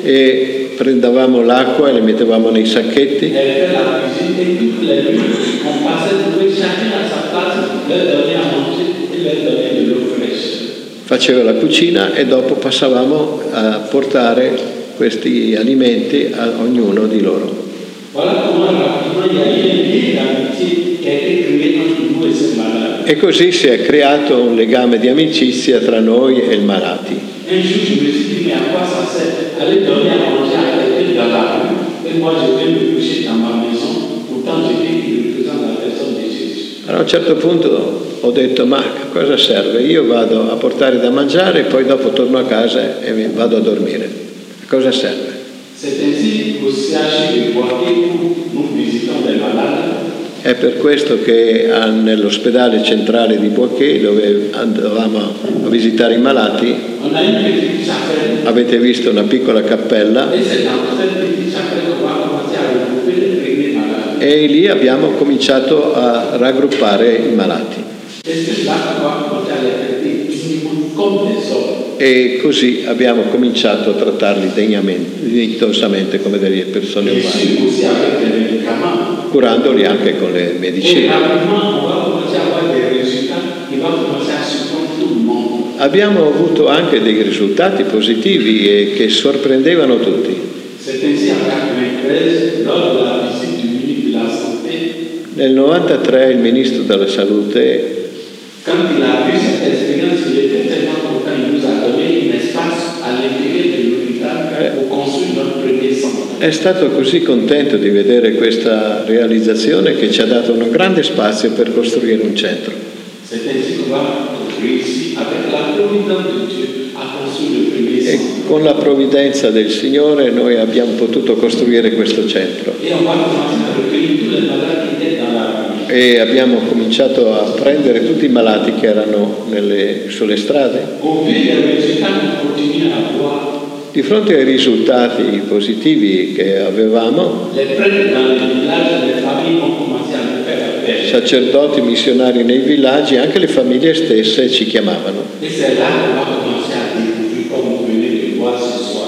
e prendevamo l'acqua e le mettevamo nei sacchetti. Elle fait la cuisine et toutes les nuits, on passait trouver chacun à sa place, leur donner à manger et leur donner de l'eau fraîche. Faceva la cucina e dopo passavamo a portare questi alimenti a ognuno di loro. Voilà comment rapidement il y a eu un lien d'amitié qui a été créé entre nous et ce malade. E così si è creato un legame di amicizia tra noi e il malati. Un jour, je me suis dit, mais à quoi ça sert aller donner à manger à quelqu'un dans la rue et moi je viens me coucher dans ma maison, pourtant je dis qu'il représente la personne di Gesù. Allora a un certo punto ho detto, ma cosa serve? Io vado a portare da mangiare e poi dopo torno a casa e vado a dormire. Cosa serve? C'est ainsi au CHU de Boaké où nous visitons les malades. È per questo che nell'ospedale centrale di Boaké, dove andavamo a visitare i malati, On a une petite chapelle avete visto una piccola cappella et c'est dans cette petite chapelle qu'on va commencer à regrouper les premiers malades. e lì abbiamo cominciato a raggruppare i malati. Et c'est là qu'on va commencer à les traiter dignement comme des hommes. E così abbiamo cominciato a trattarli dignitosamente come delle persone Bien umane, sûr aussi avec des médicaments. curandoli anche con le Et medicine. rapidement, on va commencer à avoir des résultats qui vont commencer à surprendre tout le monde. Abbiamo avuto anche dei risultati positivi e che sorprendevano tutti. C'est ainsi en 1993, lors de la visite du ministre de la Santé, Nel 93 il ministro della Salute, quand il a vu cette expérience, il était tellement content, il nous a donné un espace à l'intérieur de l'hôpital pour construire notre premier centre. è stato così contento di vedere questa realizzazione che ci ha dato un grande spazio per costruire un centro. C'est ainsi qu'on va réussir, avec la providence de Dieu, à construire le premier E centre. con la provvidenza del Signore noi abbiamo potuto costruire questo centro. Et on va commencer à recueillir tous les malades qui étaient dans la rue. E abbiamo cominciato a prendere tutti i malati che erano sulle strade. Au vu des résultats qu'on continue à voir, Di fronte ai risultati positivi che avevamo, les prêtres dans les villages, les familles ont commencé à nous faire appel. sacerdoti, missionari nei villaggi, anche le famiglie stesse ci chiamavano. Et c'est là qu'on va commencer à découvrir, comme vous venez de voir ce soir,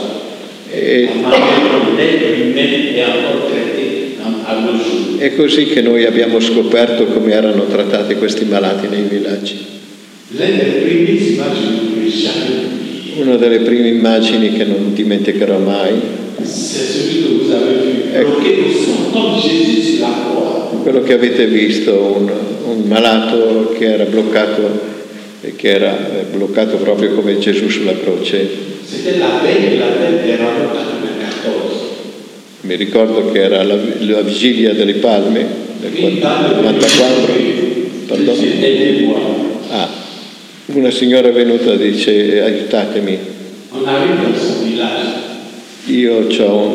E, la manière dont l'être humain est encore traité à nos jours. è così che noi abbiamo scoperto come erano trattati questi malati nei villaggi. L'une des premières images que je ne pourrai jamais oublier, Una delle prime immagini che non dimenticherò mai, c'est celui que vous avez vu, bloqué au sang comme Jésus sur la croix. quello che avete visto, un malato che era bloccato proprio come Gesù sulla croce. C'était la veille de la fête des Rameaux 94. Mi ricordo che era la vigilia delle Palme del 94. Perdono. Aidez-moi. Una signora è venuta e dice aiutatemi, On arrive dans ce village. io ho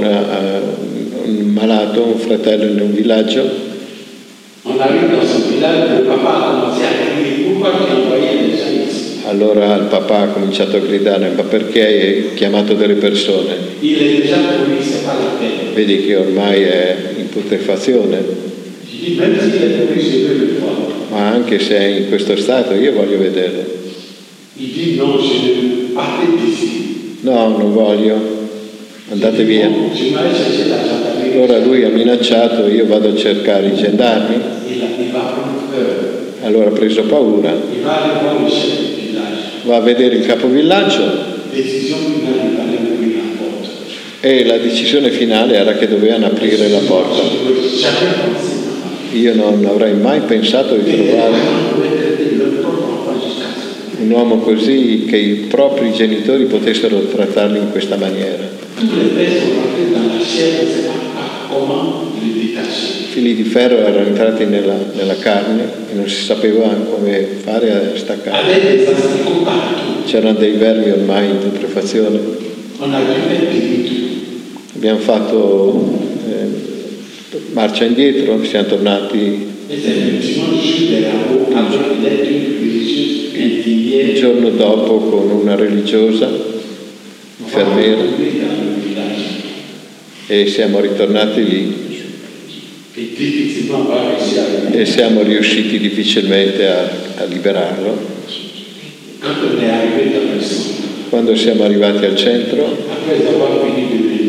un malato, un fratello in un villaggio. On arrive dans ce village, le papa a commencé à crier, pourquoi tu envoyais des gens ici? Allora il papà ha cominciato a gridare, ma perché hai chiamato delle persone? Il est déjà pourri, c'est pas la peine. Vedi che ormai è in putrefazione, Je dis, même s'il est pourri, je veux le voir. ma anche se è in questo stato io voglio vederlo. Il dit, non, je ne partez d'ici. No, non voglio, andate via. Je m'allais chercher la gendarmerie. Allora lui ha minacciato, io vado a cercare i gendarmi. Il va prendre peur. Allora ha preso paura, Il va aller voir le chef du village. va a vedere il capovillaggio Décision finale, il fallait ouvrir la porte. e la decisione finale era che dovevano aprire la porta. Je n'aurais jamais pensé ma famille. Io non avrei mai pensato di Et les trovare parents pouvaient traiter leur propre enfant jusqu'à ce point. un uomo così, che i propri genitori potessero trattarli in questa maniera. Tous les pères sont rentrés dans la chair, on ne sait pas comment les détacher. Fili di ferro erano entrati nella carne e non si sapeva come fare a staccare. Avec des asticots partout. C'erano dei vermi ormai in putrefazione. On a dû faire demi-tour. Abbiamo fatto marcia indietro, siamo tornati Et c'est effectivement juste des rameaux avec l'aide d'une religieuse infirmière. il giorno dopo con una religiosa infermiera Dans le village. e siamo ritornati lì Et difficilement on va réussir à le e siamo riusciti difficilmente a liberarlo. Quand on est arrivé dans le centre, Quando siamo arrivati al centro, après avoir fini de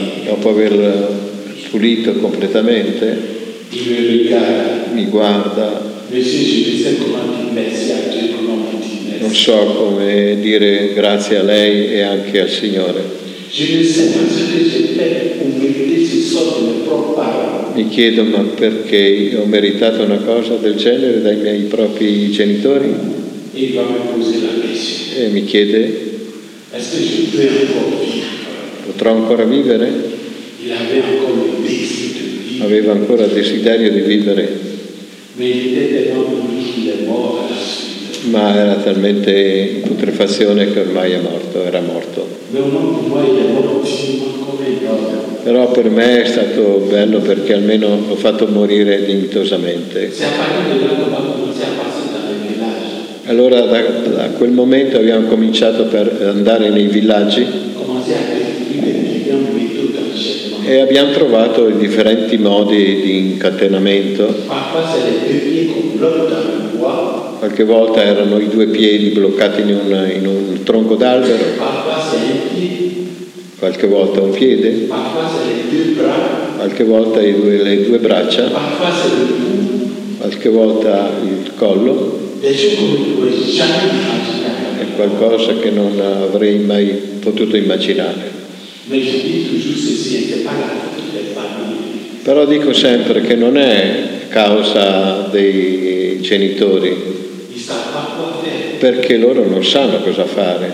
dopo aver pulito completamente, il me regarde. mi guarda. Monsieur, je ne sais comment dire merci à Dieu, comment dire Non merci. so come dire grazie a lei e anche al Signore. Je ne sais pas ce que j'ai fait pour mériter ce sort de mes propres parents. Mi chiedo, ma perché ho meritato una cosa del genere dai miei propri genitori? Et il va me poser la question. E mi chiede, Est-ce que je peux encore vivre? potrò ancora vivere? Il avait encore le désir de vivre. Aveva ancora il desiderio di vivere, Mais il était tellement connu qu'il est mort à la suite. ma era talmente in putrefazione che ormai era morto. Mais au moins pour moi, il est mort dignement comme un homme. Però per me è stato bello perché almeno l'ho fatto morire dignitosamente. C'est à partir de là qu'on va commencer à passer dans les villages. Allora da quel momento abbiamo cominciato per andare nei villaggi Commencer à découvrir les différentes méthodes d'enchaînement. e abbiamo trovato i differenti modi di incatenamento. Parfois, c'est les deux pieds qu'on bloque dans le bois. Qualche volta erano i due piedi bloccati in un tronco d'albero, Parfois, c'est un pied. qualche volta un piede, Parfois, c'est les deux bras. qualche volta le due braccia, Parfois, c'est le cou. qualche volta il collo. Des choses qu'on ne pouvait jamais imaginer. È qualcosa che non avrei mai potuto immaginare. Mais je dis toujours ceci, c'est pas la faute des familles. Però dico sempre che non è causa dei genitori, Ils ne savent pas quoi faire. perché loro non sanno cosa fare.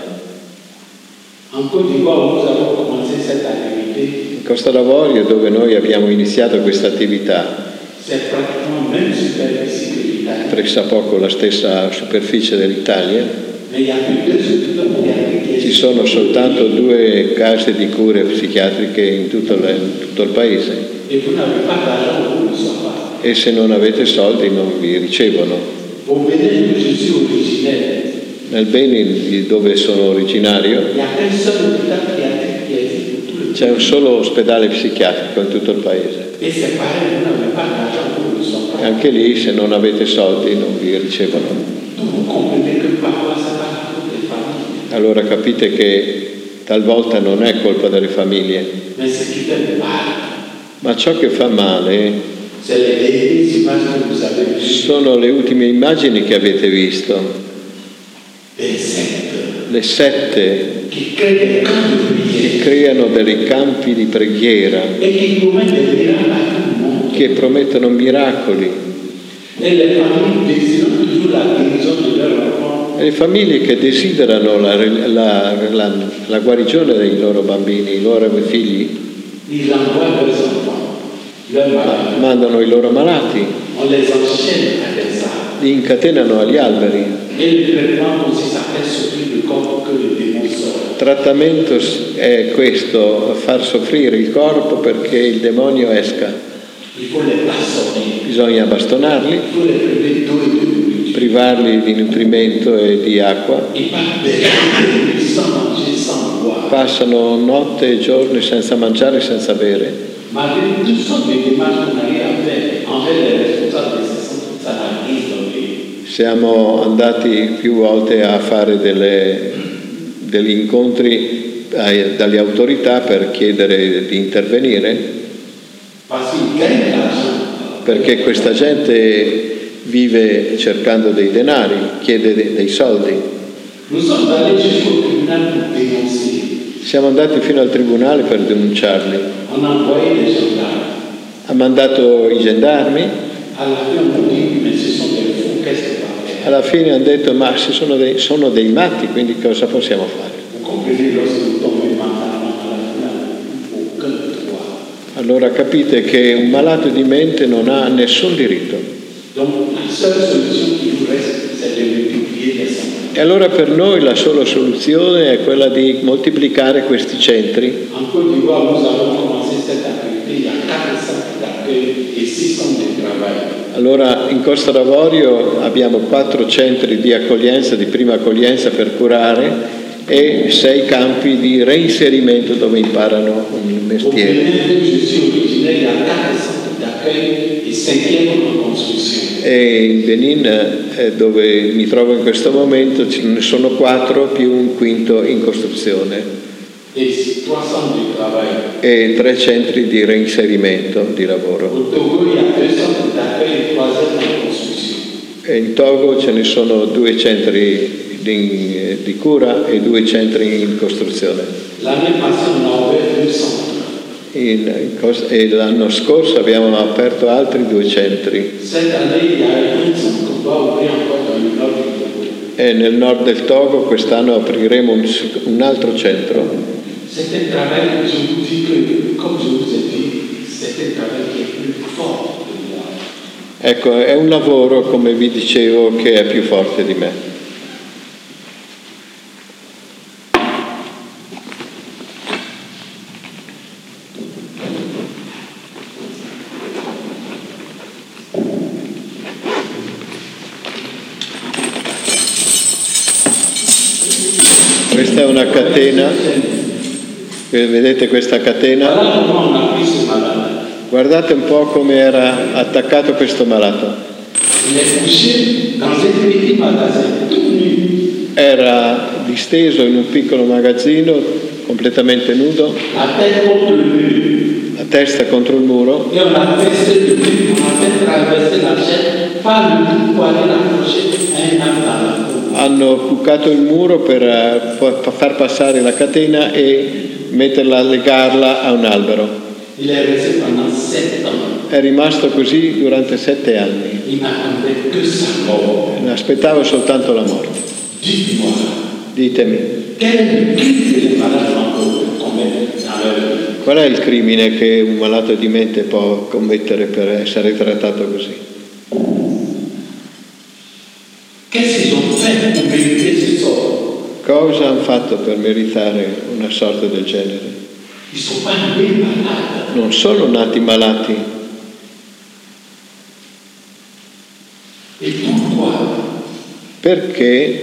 En Côte d'Ivoire, où nous avons commencé cette activité, In Costa d'Avorio, dove noi abbiamo iniziato questa attività, c'est pratiquement même superficie que l'Italie. pressappoco la stessa superficie dell'Italia, Mais il n'y a que deux hôpitaux pédiatriques. ci sono soltanto 2 case di cure psichiatriche in tutto il paese Et vous n'avez pas d'argent, vous ne le savez pas. e se non avete soldi non vi ricevono. Au Bénin, où je suis originaire, Nel Benin, dove sono originario, il n'y a qu'un seul hôpital pédiatrique qui existe pour tout le c'è un solo ospedale psichiatrico in tutto il paese. Et c'est pareil, vous n'avez pas d'argent, vous ne le savez E pas. anche lì, se non avete soldi, non vi ricevono. Donc vous comprenez que parfois, ce n'est pas la faute des familles. Allora capite che talvolta non è colpa delle famiglie, Mais ce qui fait mal, ma ciò che fa male c'est les dernières images que vous avez vues sono le ultime immagini che avete visto, des sectes le sette qui créent des camps de che prière creano dei campi di preghiera, et qui promettent des miracles à tout le monde. che promettono miracoli, Et les familles désirent toujours la guérison de leurs enfants. e le famiglie che desiderano la guarigione dei loro bambini, i loro figli, Ils envoient leurs enfants, leurs malades. mandano i loro malati, On les enchaîne à des arbres. li incatenano agli alberi. Et le traitement consiste à faire souffrir le corps pour que le démon sorte. Il trattamento è questo, far soffrire il corpo perché il demonio esca. Il faut les bastonner. Bisogna bastonarli, Il faut les priver d'eau et de nourriture. privarli di nutrimento e di acqua. Ils partent des jours sans manger, sans boire. Passano notte e giorni senza mangiare e senza bere. Malgré toutes sortes de démarches qu'on arrive à faire envers les responsables de ces centres, ça n'a rien donné. Siamo andati più volte a fare degli incontri dalle autorità per chiedere di intervenire, Parce qu'ils gagnent de l'argent. perché questa gente vive cercando dei denari, chiede dei soldi. Nous sommes allés jusqu'au tribunal pour dénoncer. Siamo andati fino al tribunale per denunciarli. On a envoyé des gendarmes. Ha mandato i gendarmi, À la fin, on nous dit, mais ce sont des fous, qu'est-ce qu'on va faire? alla fine hanno detto ma sono dei matti, quindi cosa possiamo fare? Vous comprenez, lorsque vous tombez mentalement malade, vous n'avez aucun droit. Allora capite che un malato di mente non ha nessun diritto. Donc, la seule solution qui nous reste, c'est de multiplier les centres. E allora per noi la sola soluzione è quella di moltiplicare questi centri. En Côte d'Ivoire, nous avons commencé cette activité, il y a 4 centres d'accueil et 6 centres de travail. Allora in Costa d'Avorio abbiamo 4 centri di accoglienza, di prima accoglienza per curare e 6 campi di reinserimento dove imparano un Au mestiere. Bénin, d'où je suis originaire, il y a 4 centres d'accueil et 5e en construction. E in Benin, dove mi trovo in questo momento, ce ne sono 4 più un quinto in costruzione. Et 3 centres de travail. e 3 centri di reinserimento di lavoro. Au Togo, il y a 2 centres d'accueil et 3 en construction. E in Togo ce ne sono 2 centri di cura e 2 centri in costruzione. L'année passée, on a ouvert 2 centres. E l'anno scorso abbiamo aperto altri 2 centri. Cette année, il y a un centre qu'on doit ouvrir encore dans le nord du Togo. E nel nord del Togo quest'anno apriremo un altro centro. C'est un travail, je vous dis que, comme je vous ai dit, c'est un travail qui est plus fort que moi. Ecco, è un lavoro, come vi dicevo, che è più forte di me. Questa è una catena, vedete questa catena? Voilà comment on a pris ce malade. Guardate un po' come era attaccato questo malato. Il est couché dans un petit magasin, tout nu. Era disteso in un piccolo magazzino, completamente nudo, La tête contre le mur. la testa contro il muro, Et on a fait le mur, on a fait traverser la chaîne par le bout pour aller l'accrocher à un arbre dans la cour. hanno bucato il muro per far passare la catena e metterla, legarla a un albero. Il est resté pendant 7 ans. È rimasto così durante 7 anni. Il n'attendait que sa mort. Aspettava soltanto la morte. Dites-moi, Ditemi, quel est le crime que les malades mentaux commettent dans leur vie? qual è il crimine che un malato di mente può commettere per essere trattato così? Qu'est-ce qu'ils ont fait pour mériter ce sort? Cosa hanno fatto per meritare una sorte del genere? Ils ne sont pas nés malades. Non sono nati malati. Et pourquoi? Perché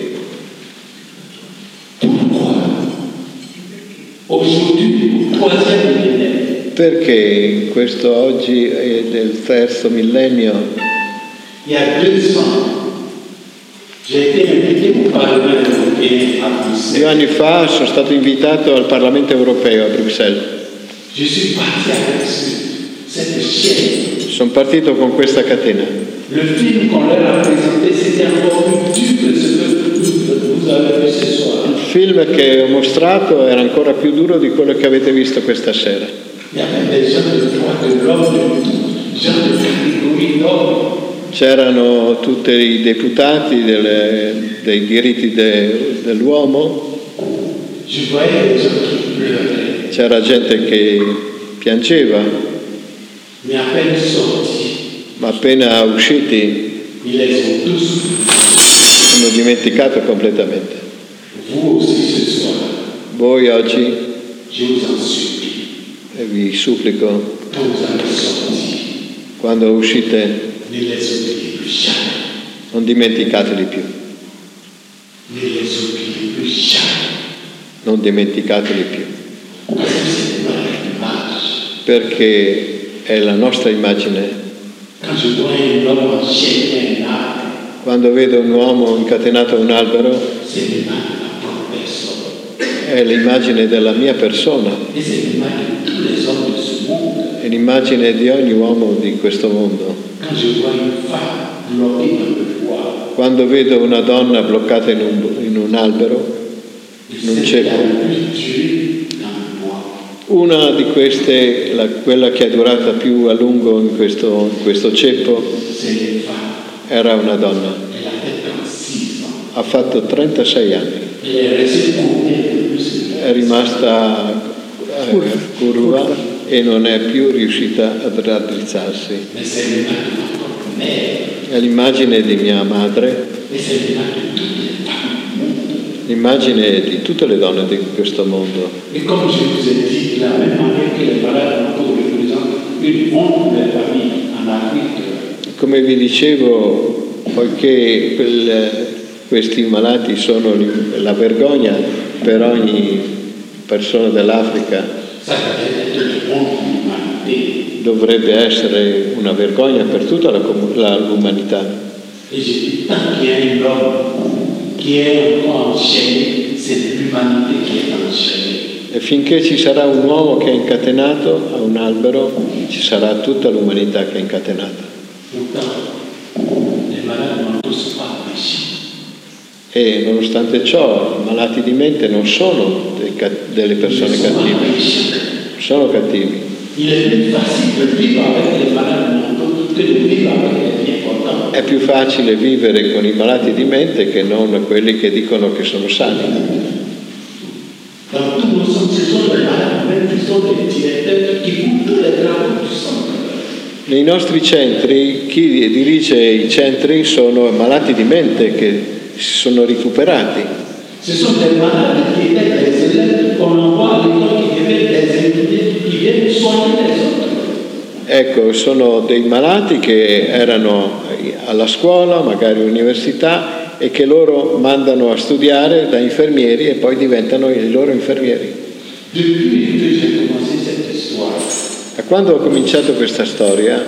Aujourd'hui, au 3e millénaire, Perché questo oggi è del 3° millennio. il y a 2 ans, j'ai été invité au Parlement européen à 2 Bruxelles. anni fa sono stato invitato al Parlamento europeo a Bruxelles. Je suis parti avec cette chaîne. Sono partito con questa catena. Le film qu'on leur a présenté, c'était encore plus dur que ce que vous avez vu ce soir. Il film che ho mostrato era ancora più duro di quello che avete visto questa sera. Il y avait des gens de droit de l'homme, de tout, gens de catégorie d'homme. C'erano tutti i deputati dei diritti dell'uomo, Je voyais des gens qui pleuraient. c'era gente che piangeva, Mais à peine sortis, ma appena usciti ils les ont tous. hanno dimenticato completamente. Vous aussi ce soir, Voi oggi, je vous en supplie, e vi supplico, quand vous allez sortir, quando uscite, ne les oubliez plus jamais. non dimenticateli più, Ne les oubliez plus jamais. non dimenticateli più, Parce que c'est notre image. perché è la nostra immagine. Quand je vois un homme enchaîné à un arbre, Quando vedo un uomo incatenato a un albero, c'est l'image de ma propre personne. è l'immagine della mia persona, Et c'est l'image de tous les hommes de ce monde. è l'immagine di ogni uomo di questo mondo. Quand je vois une femme bloquée dans le bois, Quando vedo una donna bloccata in un albero, in un c'est la ceppo, plus dure dans le bois. una di queste, quella che è durata più a lungo in questo ceppo, C'est une femme. era una donna. Elle a fait 36 ans. Ha fatto 36 anni, Elle est restée couronnée è rimasta curva e non è più riuscita a raddrizzarsi. Mais c'est l'image de ma propre mère. È l'immagine di mia madre, Et c'est l'image de toutes les femmes du monde. l'immagine di tutte le donne di questo mondo. Et comme je vous ai dit, de la même manière que les malades mentaux représentent une honte pour les familles en Afrique, Come vi dicevo, poiché questi malati sono la vergogna per ogni persona dell'Africa, ça devrait être une honte pour l'humanité. dovrebbe essere una vergogna per tutta l'umanità. Et je dis, tant qu'il y a un homme qui est encore enchaîné, c'est l'humanité qui est enchaînée. E finché ci sarà un uomo che è incatenato a un albero, ci sarà tutta l'umanità che è incatenata. E nonostante ciò, i malati di mente non sono delle persone cattive, sono cattivi. È più facile vivere con i malati di mente che non quelli che dicono che sono sani. Nei nostri centri, chi dirige i centri sono malati di mente che si sono recuperati. Ecco, sono dei malati che erano alla scuola, magari all'università, e che loro mandano a studiare da infermieri e poi diventano i loro infermieri. Da quando ho cominciato questa storia,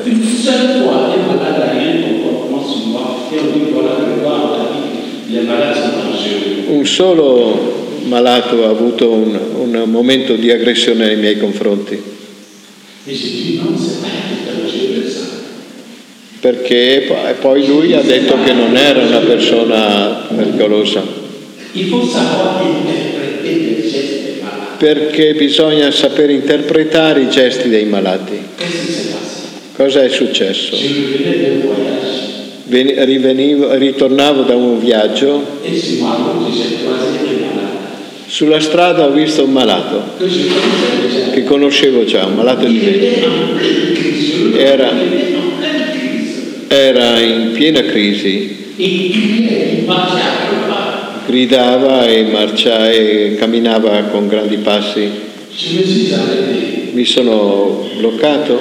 un solo malato ha avuto un momento di aggressione nei miei confronti. Perché poi lui ha detto che non era una persona pericolosa. Perché bisogna sapere interpretare i gesti dei malati. Cosa è successo? Ritornavo da un viaggio. Sulla strada ho visto un malato che conoscevo già, un malato di mente. Era in piena crisi, gridava e camminava con grandi passi. Mi sono bloccato,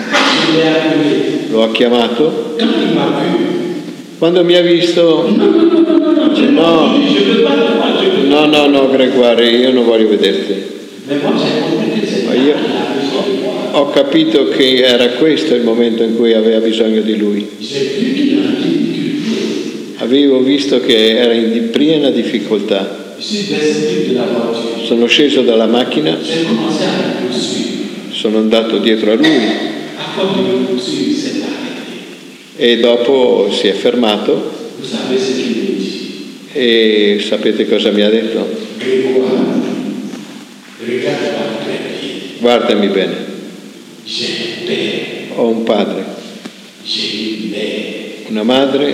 l'ho chiamato. Quando mi ha visto, dice, no, Gregoire, io non voglio vederti. Ma io ho capito che era questo il momento in cui aveva bisogno di lui. Avevo visto che era in piena difficoltà. Sono sceso dalla macchina, sono andato dietro a lui e dopo si è fermato. E sapete cosa mi ha detto? Guardami bene. Ho un padre, una madre.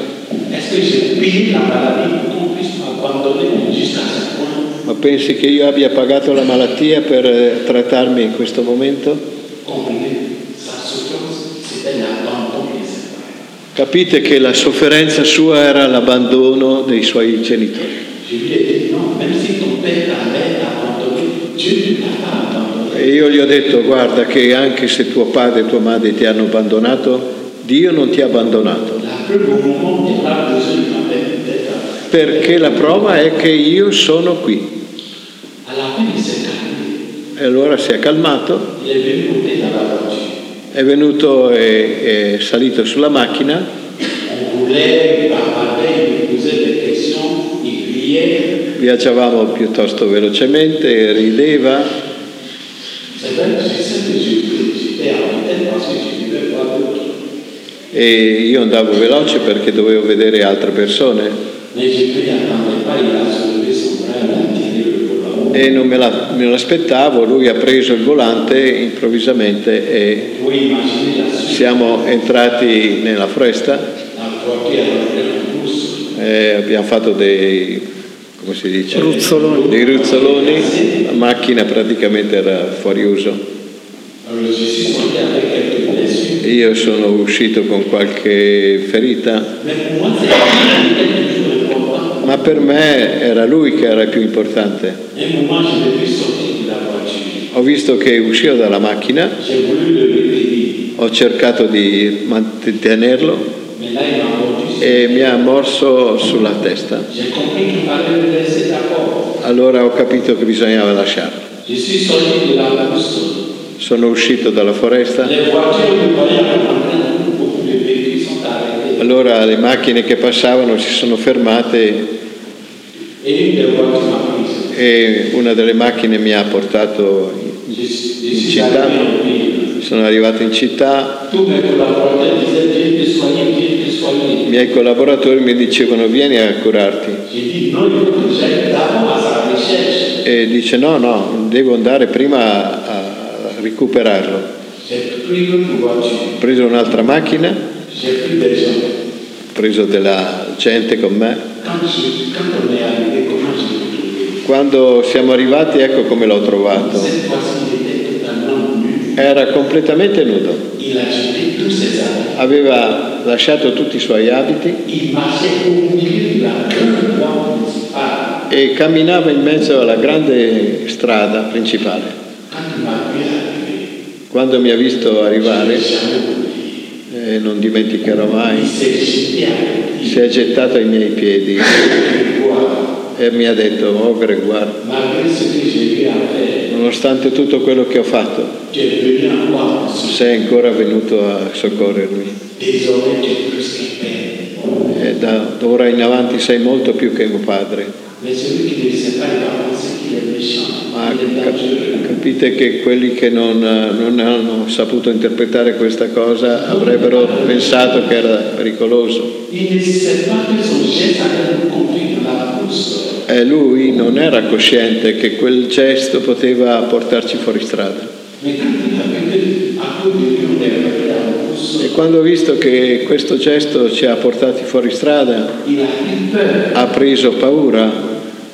Ma pensi che io abbia pagato la malattia per trattarmi in questo momento? Capite che la sofferenza sua era l'abbandono dei suoi genitori. E io gli ho detto, guarda che anche se tuo padre e tua madre ti hanno abbandonato, Dio non ti ha abbandonato. Perché la prova è che io sono qui. E allora si è calmato, è venuto e è salito sulla macchina. Viaggiavamo piuttosto velocemente, rideva. E io andavo veloce perché dovevo vedere altre persone e non me l'aspettavo. Lui ha preso il volante improvvisamente e siamo entrati nella foresta e abbiamo fatto dei ruzzoloni. La macchina praticamente era fuori uso. Io sono uscito con qualche ferita, ma per me era lui che era il più importante. Ho visto che usciva dalla macchina, ho cercato di mantenerlo e mi ha morso sulla testa. Allora ho capito che bisognava lasciarlo. Sono uscito dalla foresta. Allora le macchine che passavano si sono fermate e una delle macchine mi ha portato in città. Sono arrivato in città, i miei collaboratori mi dicevano vieni a curarti, e dice no, devo andare prima a recuperarlo. Ho preso un'altra macchina, ho preso della gente con me. Quando siamo arrivati, ecco come l'ho trovato. Era completamente nudo. Aveva lasciato tutti i suoi abiti e camminava in mezzo alla grande strada principale. Quando mi ha visto arrivare, non dimenticherò mai, si è gettato ai miei piedi e mi ha detto: oh Grégoire, nonostante tutto quello che ho fatto, sei ancora venuto a soccorrermi. E da ora in avanti sei molto più che mio padre. Ma capite che quelli che non hanno saputo interpretare questa cosa avrebbero pensato che era pericoloso. E lui non era cosciente che quel gesto poteva portarci fuori strada. E quando ho visto che questo gesto ci ha portati fuori strada, ha preso paura.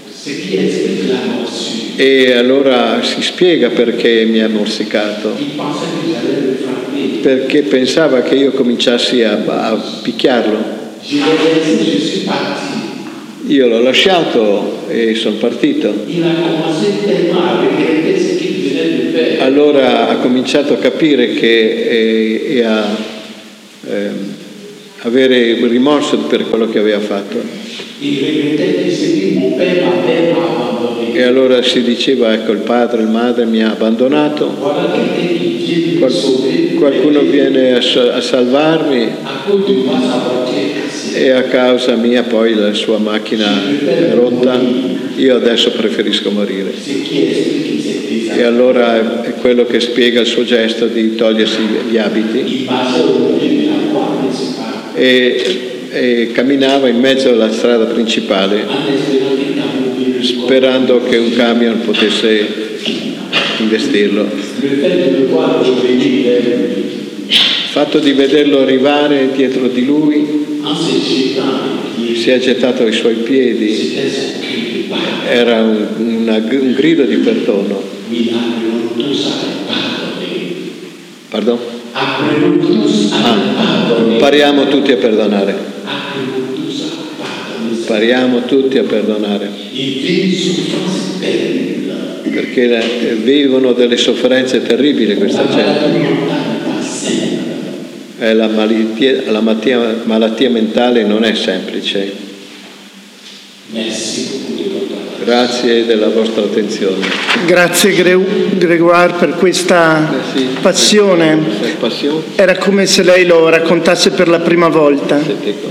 E allora si spiega perché mi ha morsicato. Perché pensava che io cominciassi a picchiarlo. Io l'ho lasciato e sono partito. Allora ha cominciato a capire e a avere rimorso per quello che aveva fatto. E allora si diceva: ecco, il padre, il madre mi ha abbandonato, qualcuno viene a salvarmi e a causa mia poi la sua macchina è rotta, io adesso preferisco morire. E allora è quello che spiega il suo gesto di togliersi gli abiti e camminava in mezzo alla strada principale sperando che un camion potesse investirlo. Il fatto di vederlo arrivare dietro di lui, si è gettato ai suoi piedi, era un grido di perdono. Pardon? Impariamo tutti a perdonare. Impariamo tutti a perdonare. Perché vivono delle sofferenze terribili questa gente. La malattia mentale non è semplice. Grazie della vostra attenzione. Grazie Grégoire per questa passione. Era come se lei lo raccontasse per la prima volta.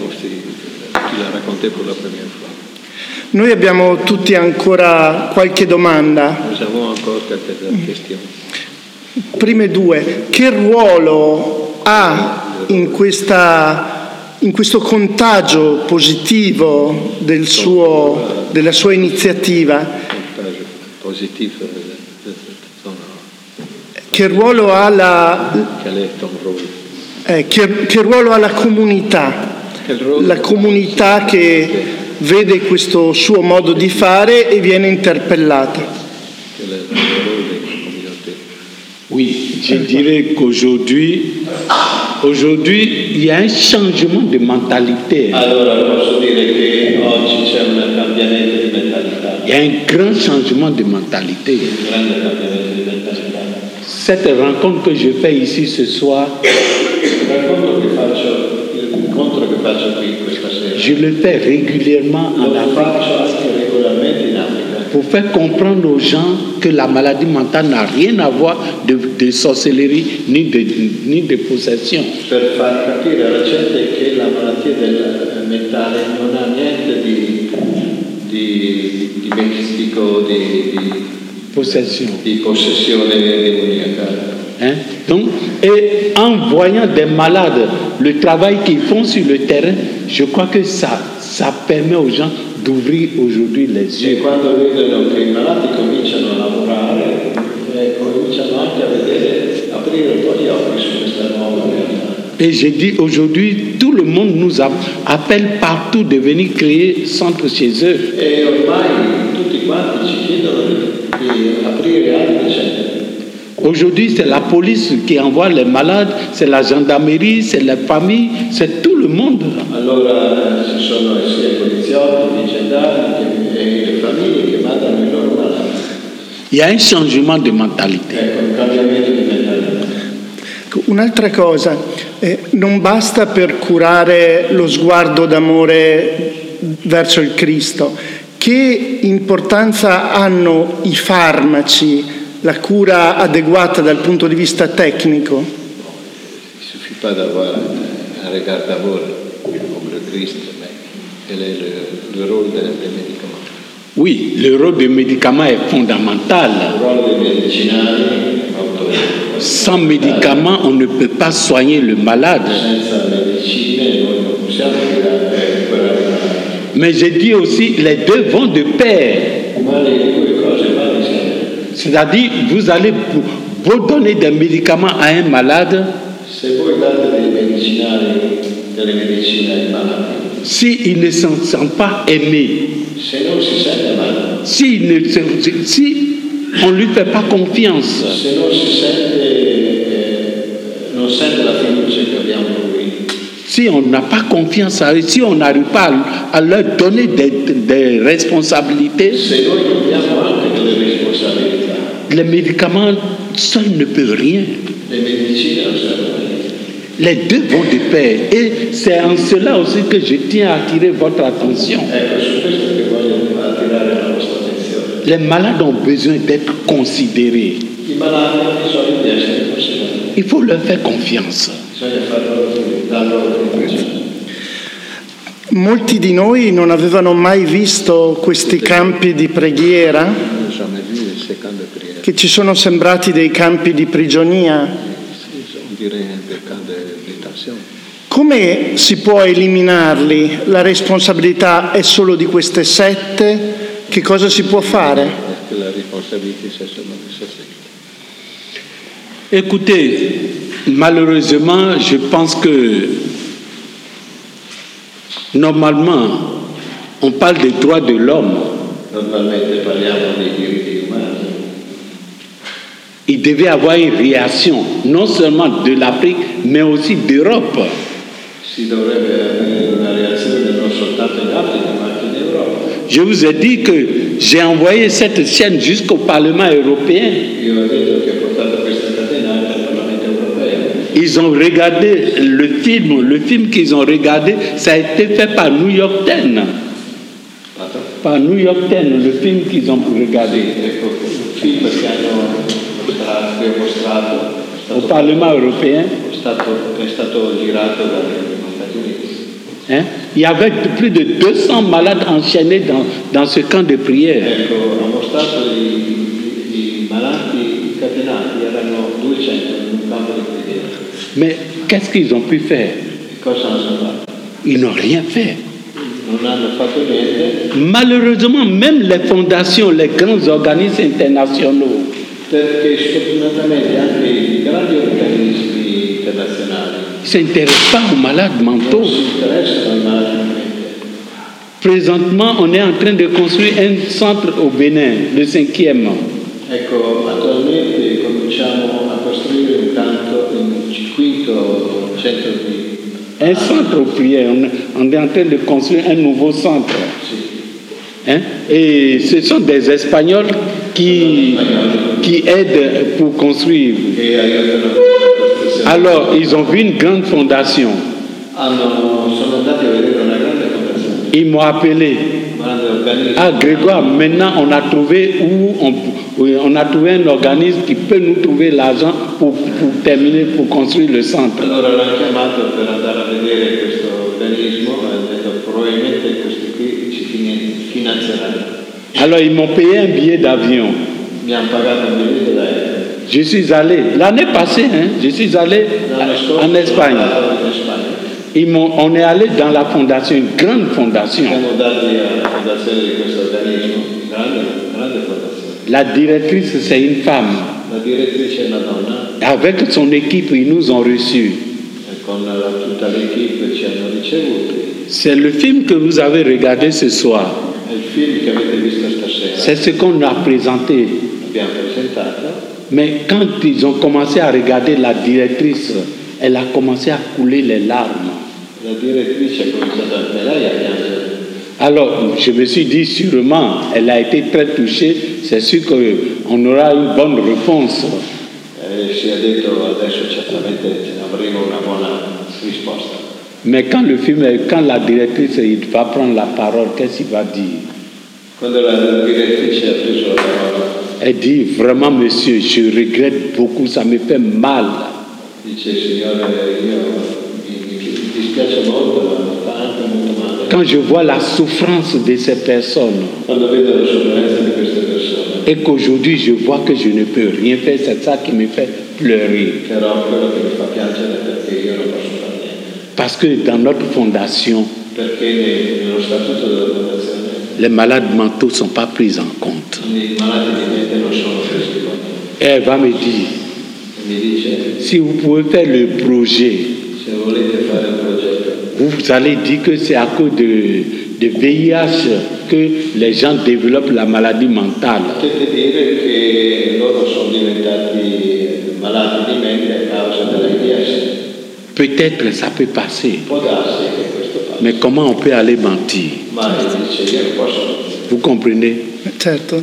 Noi abbiamo tutti ancora qualche domanda. Prime due. Che ruolo ha in questo contagio positivo della sua iniziativa? Che ruolo ha che ruolo ha la comunità? La comunità che vede questo suo modo di fare e viene interpellata. Oui, je dirais qu'aujourd'hui, il y a un changement de mentalité. Allora posso dire che oggi c'è un cambiamento di mentalità. Il y a un grand changement de mentalité. Un grande cambiamento di mentalità. Cette rencontre que je fais ici ce soir, l'incontro che faccio qui questa sera, je le fais régulièrement en lo Afrique. faccio anche regolarmente in Africa. Pour faire comprendre aux gens que la maladie mentale n'a rien à voir de sorcellerie ni de possession. Per far capire alla gente che la malattia mentale non ha niente di possessione demoniaca. Donc, et en voyant des malades, le travail qu'ils font sur le terrain, je crois que ça permet aux gens d'ouvrir aujourd'hui les yeux. E quando vedono che i malati cominciano a lavorare, cominciano anche a vedere, aprire un po' gli occhi su questa nuova realtà. Et je dis aujourd'hui, tout le monde nous appelle partout de venir créer centre chez eux. E ormai tutti quanti ci chiedono di aprire altri centri. Aujourd'hui, c'est la police qui envoie les malades, c'est la gendarmerie, c'est la famille, c'est tout le monde. Allora ci sono sia i poliziotti, i gendarmi e le famiglie che mandano i loro malati. Il y a un changement de mentalité. Ecco, un cambiamento di mentalità. Un'altra cosa, non basta per curare lo sguardo d'amore verso il Cristo. Che importanza hanno i farmaci, la cura adeguata dal punto di vista tecnico? Il suffit pas d'avoir un regard d'amour comme le Christ, mais quel est le rôle des médicaments? Oui, le rôle des médicaments est fondamental. Il ruolo dei medicinali è molto. Sans médicaments, on ne peut pas soigner le malade. Senza medicine noi non possiamo curare i malati. Mais je dis aussi, les deux vont de pair. Ma le due cose vanno insieme. C'est-à-dire, vous allez vous donner des médicaments à un malade. Se voi date dei medicinali, delle medicine ai malati, s'il ne se sent pas aimé, se non si sente amare, si on ne lui fait pas confiance, se non si sente, non sente la fiducia che abbiamo in lui, si on n'a pas confiance à eux, si on n'arrive pas à leur donner des responsabilités, se noi non abbiamo anche delle responsabilità, les médicaments seuls ne peuvent rien. le medicine non servono a niente. Les deux vont de pair. Et c'est en cela aussi que je tiens à attirer votre attention. Ecco, su questo che voglio attirare la vostra attenzione. Les malades ont besoin d'être considérés. I malati hanno bisogno di essere considerati. Il faut leur faire confiance. Bisogna dar loro fiducia. Molti di noi non avevano mai visto questi campi di preghiera che ci sono sembrati dei campi di prigionia. Come si può eliminarli? La responsabilità è solo di queste sette? Che cosa si può fare? Écoutez, malheureusement, je pense que normalement, on parle des droits de l'homme. Normalmente parliamo dei diritti umani. Il devait avoir une réaction, non seulement de l'Afrique, mais aussi d'Europe. Si dovrebbe avere una reazione non soltanto in Africa, ma anche in Europa. Je vous ai dit que j'ai envoyé cette chaîne jusqu'au Parlement européen. Io ho detto che ho portato questa catena anche al Parlamento europeo. Ils ont regardé le film qu'ils ont regardé, ça a été fait par New York Times. Par New York Times, le film qu'ils ont regardé. Ecco, il film che ho mostrato au Parlement européen. È stato girato dagli Stati Uniti. Il y avait plus de 200 malades enchaînés dans ce camp de prière. Ecco, ho mostrato i malati incatenati, erano 200 in un campo di preghiera. Mais qu'est-ce qu'ils ont pu faire? Cosa hanno fatto? Ils n'ont rien fait. Non hanno fatto niente. Malheureusement, même les fondations, les grands organismes internationaux, perché sfortunatamente anche i grandi organismi internazionali ne s'intéressent pas aux malades mentaux. non si interessano ai malati mentali. Présentement, on est en train de construire un centre au Bénin, le 5e. Ecco, attualmente cominciamo a costruire un quinto centro di... Un centre aux prières. On est en train de construire un nouveau centre. Sì. Et ce sont des Espagnols qui aident pour construire. Alors, ils ont vu une grande fondation. Sono andati a vedere una grande fondazione. Ils m'ont appelé. Ah, Grégoire, maintenant on a trouvé un organisme qui peut nous trouver l'argent pour terminer, pour construire le centre. Allora l'hanno chiamato per andare a vedere questo organismo e ha detto probabilmente questi qui ci finanzieranno Alors ils m'ont payé un billet d'avion. Mi hanno pagato un biglietto d'aereo. Je suis allé, l'année passée, je suis allé en Espagne. On est allé dans la fondation, une grande fondation. Siamo andati alla fondazione di questo organismo, grande fondazione. La directrice, c'est une femme. La direttrice è una donna. Avec son équipe, ils nous ont reçus. E con tutta l'equipe ci hanno ricevuti. C'est le film que vous avez regardé ce soir. È il film che avete visto stasera. C'est ce qu'on a présenté. Abbiamo presentato. Mais quand ils ont commencé à regarder la directrice, elle a commencé à couler les larmes. La direttrice ha cominciato anche lei a piangere. Alors, je me suis dit, sûrement, elle a été très touchée, c'est sûr qu'on aura une bonne réponse. Si è detto, adesso certamente avremo una buona risposta. Mais quand la directrice il va prendre la parole, qu'est-ce qu'il va dire? Quando la direttrice ha preso la parola, elle dit, vraiment, monsieur, je regrette beaucoup, ça me fait mal. Dice, Signore, mi dispiace molto, ma mi fa anche molto male. Quand je vois la souffrance de ces personnes, quando vedo la sofferenza di queste persone, et qu'aujourd'hui je vois que je ne peux rien faire, c'est ça qui me fait pleurer. Però quello che mi fa piangere è perché io non posso fare niente. Parce que dans notre fondation, perché nello statuto della fondazione, les malades mentaux ne sont pas pris en compte. I malati di mente non sono presi in conto. Et elle va me dire, mi dice, si vous pouvez faire le projet, se volete fare un progetto, vous allez dire que c'est à cause de VIH que les gens développent la maladie mentale. Potete dire che loro sono diventati malati di mente a causa dell'AIDS. Peut-être ça peut passer. Può darsi che questo faccia. Mais comment on peut aller mentir? Ma dice, io non posso. Vous comprenez? Certo.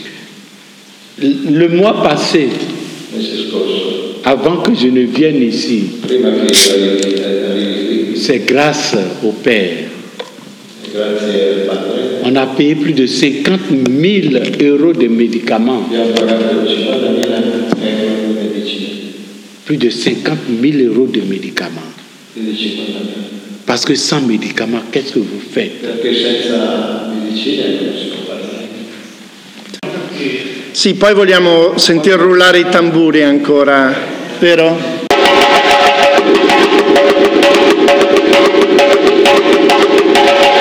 Le mois passé, mese scorso, avant que je ne vienne ici, prima che arrivi qui, c'est grâce au Père. Grazie al Padre. On a payé plus de 50 000 euros de médicaments. Abbiamo pagato 50.000 euro di medicine. Plus de 50 000 euros de médicaments. Più di 50.000. Parce que sans médicaments, qu'est-ce que vous faites? Perché senza medicine non si può fare niente. Sì, poi vogliamo sentire rullare i tamburi ancora, vero?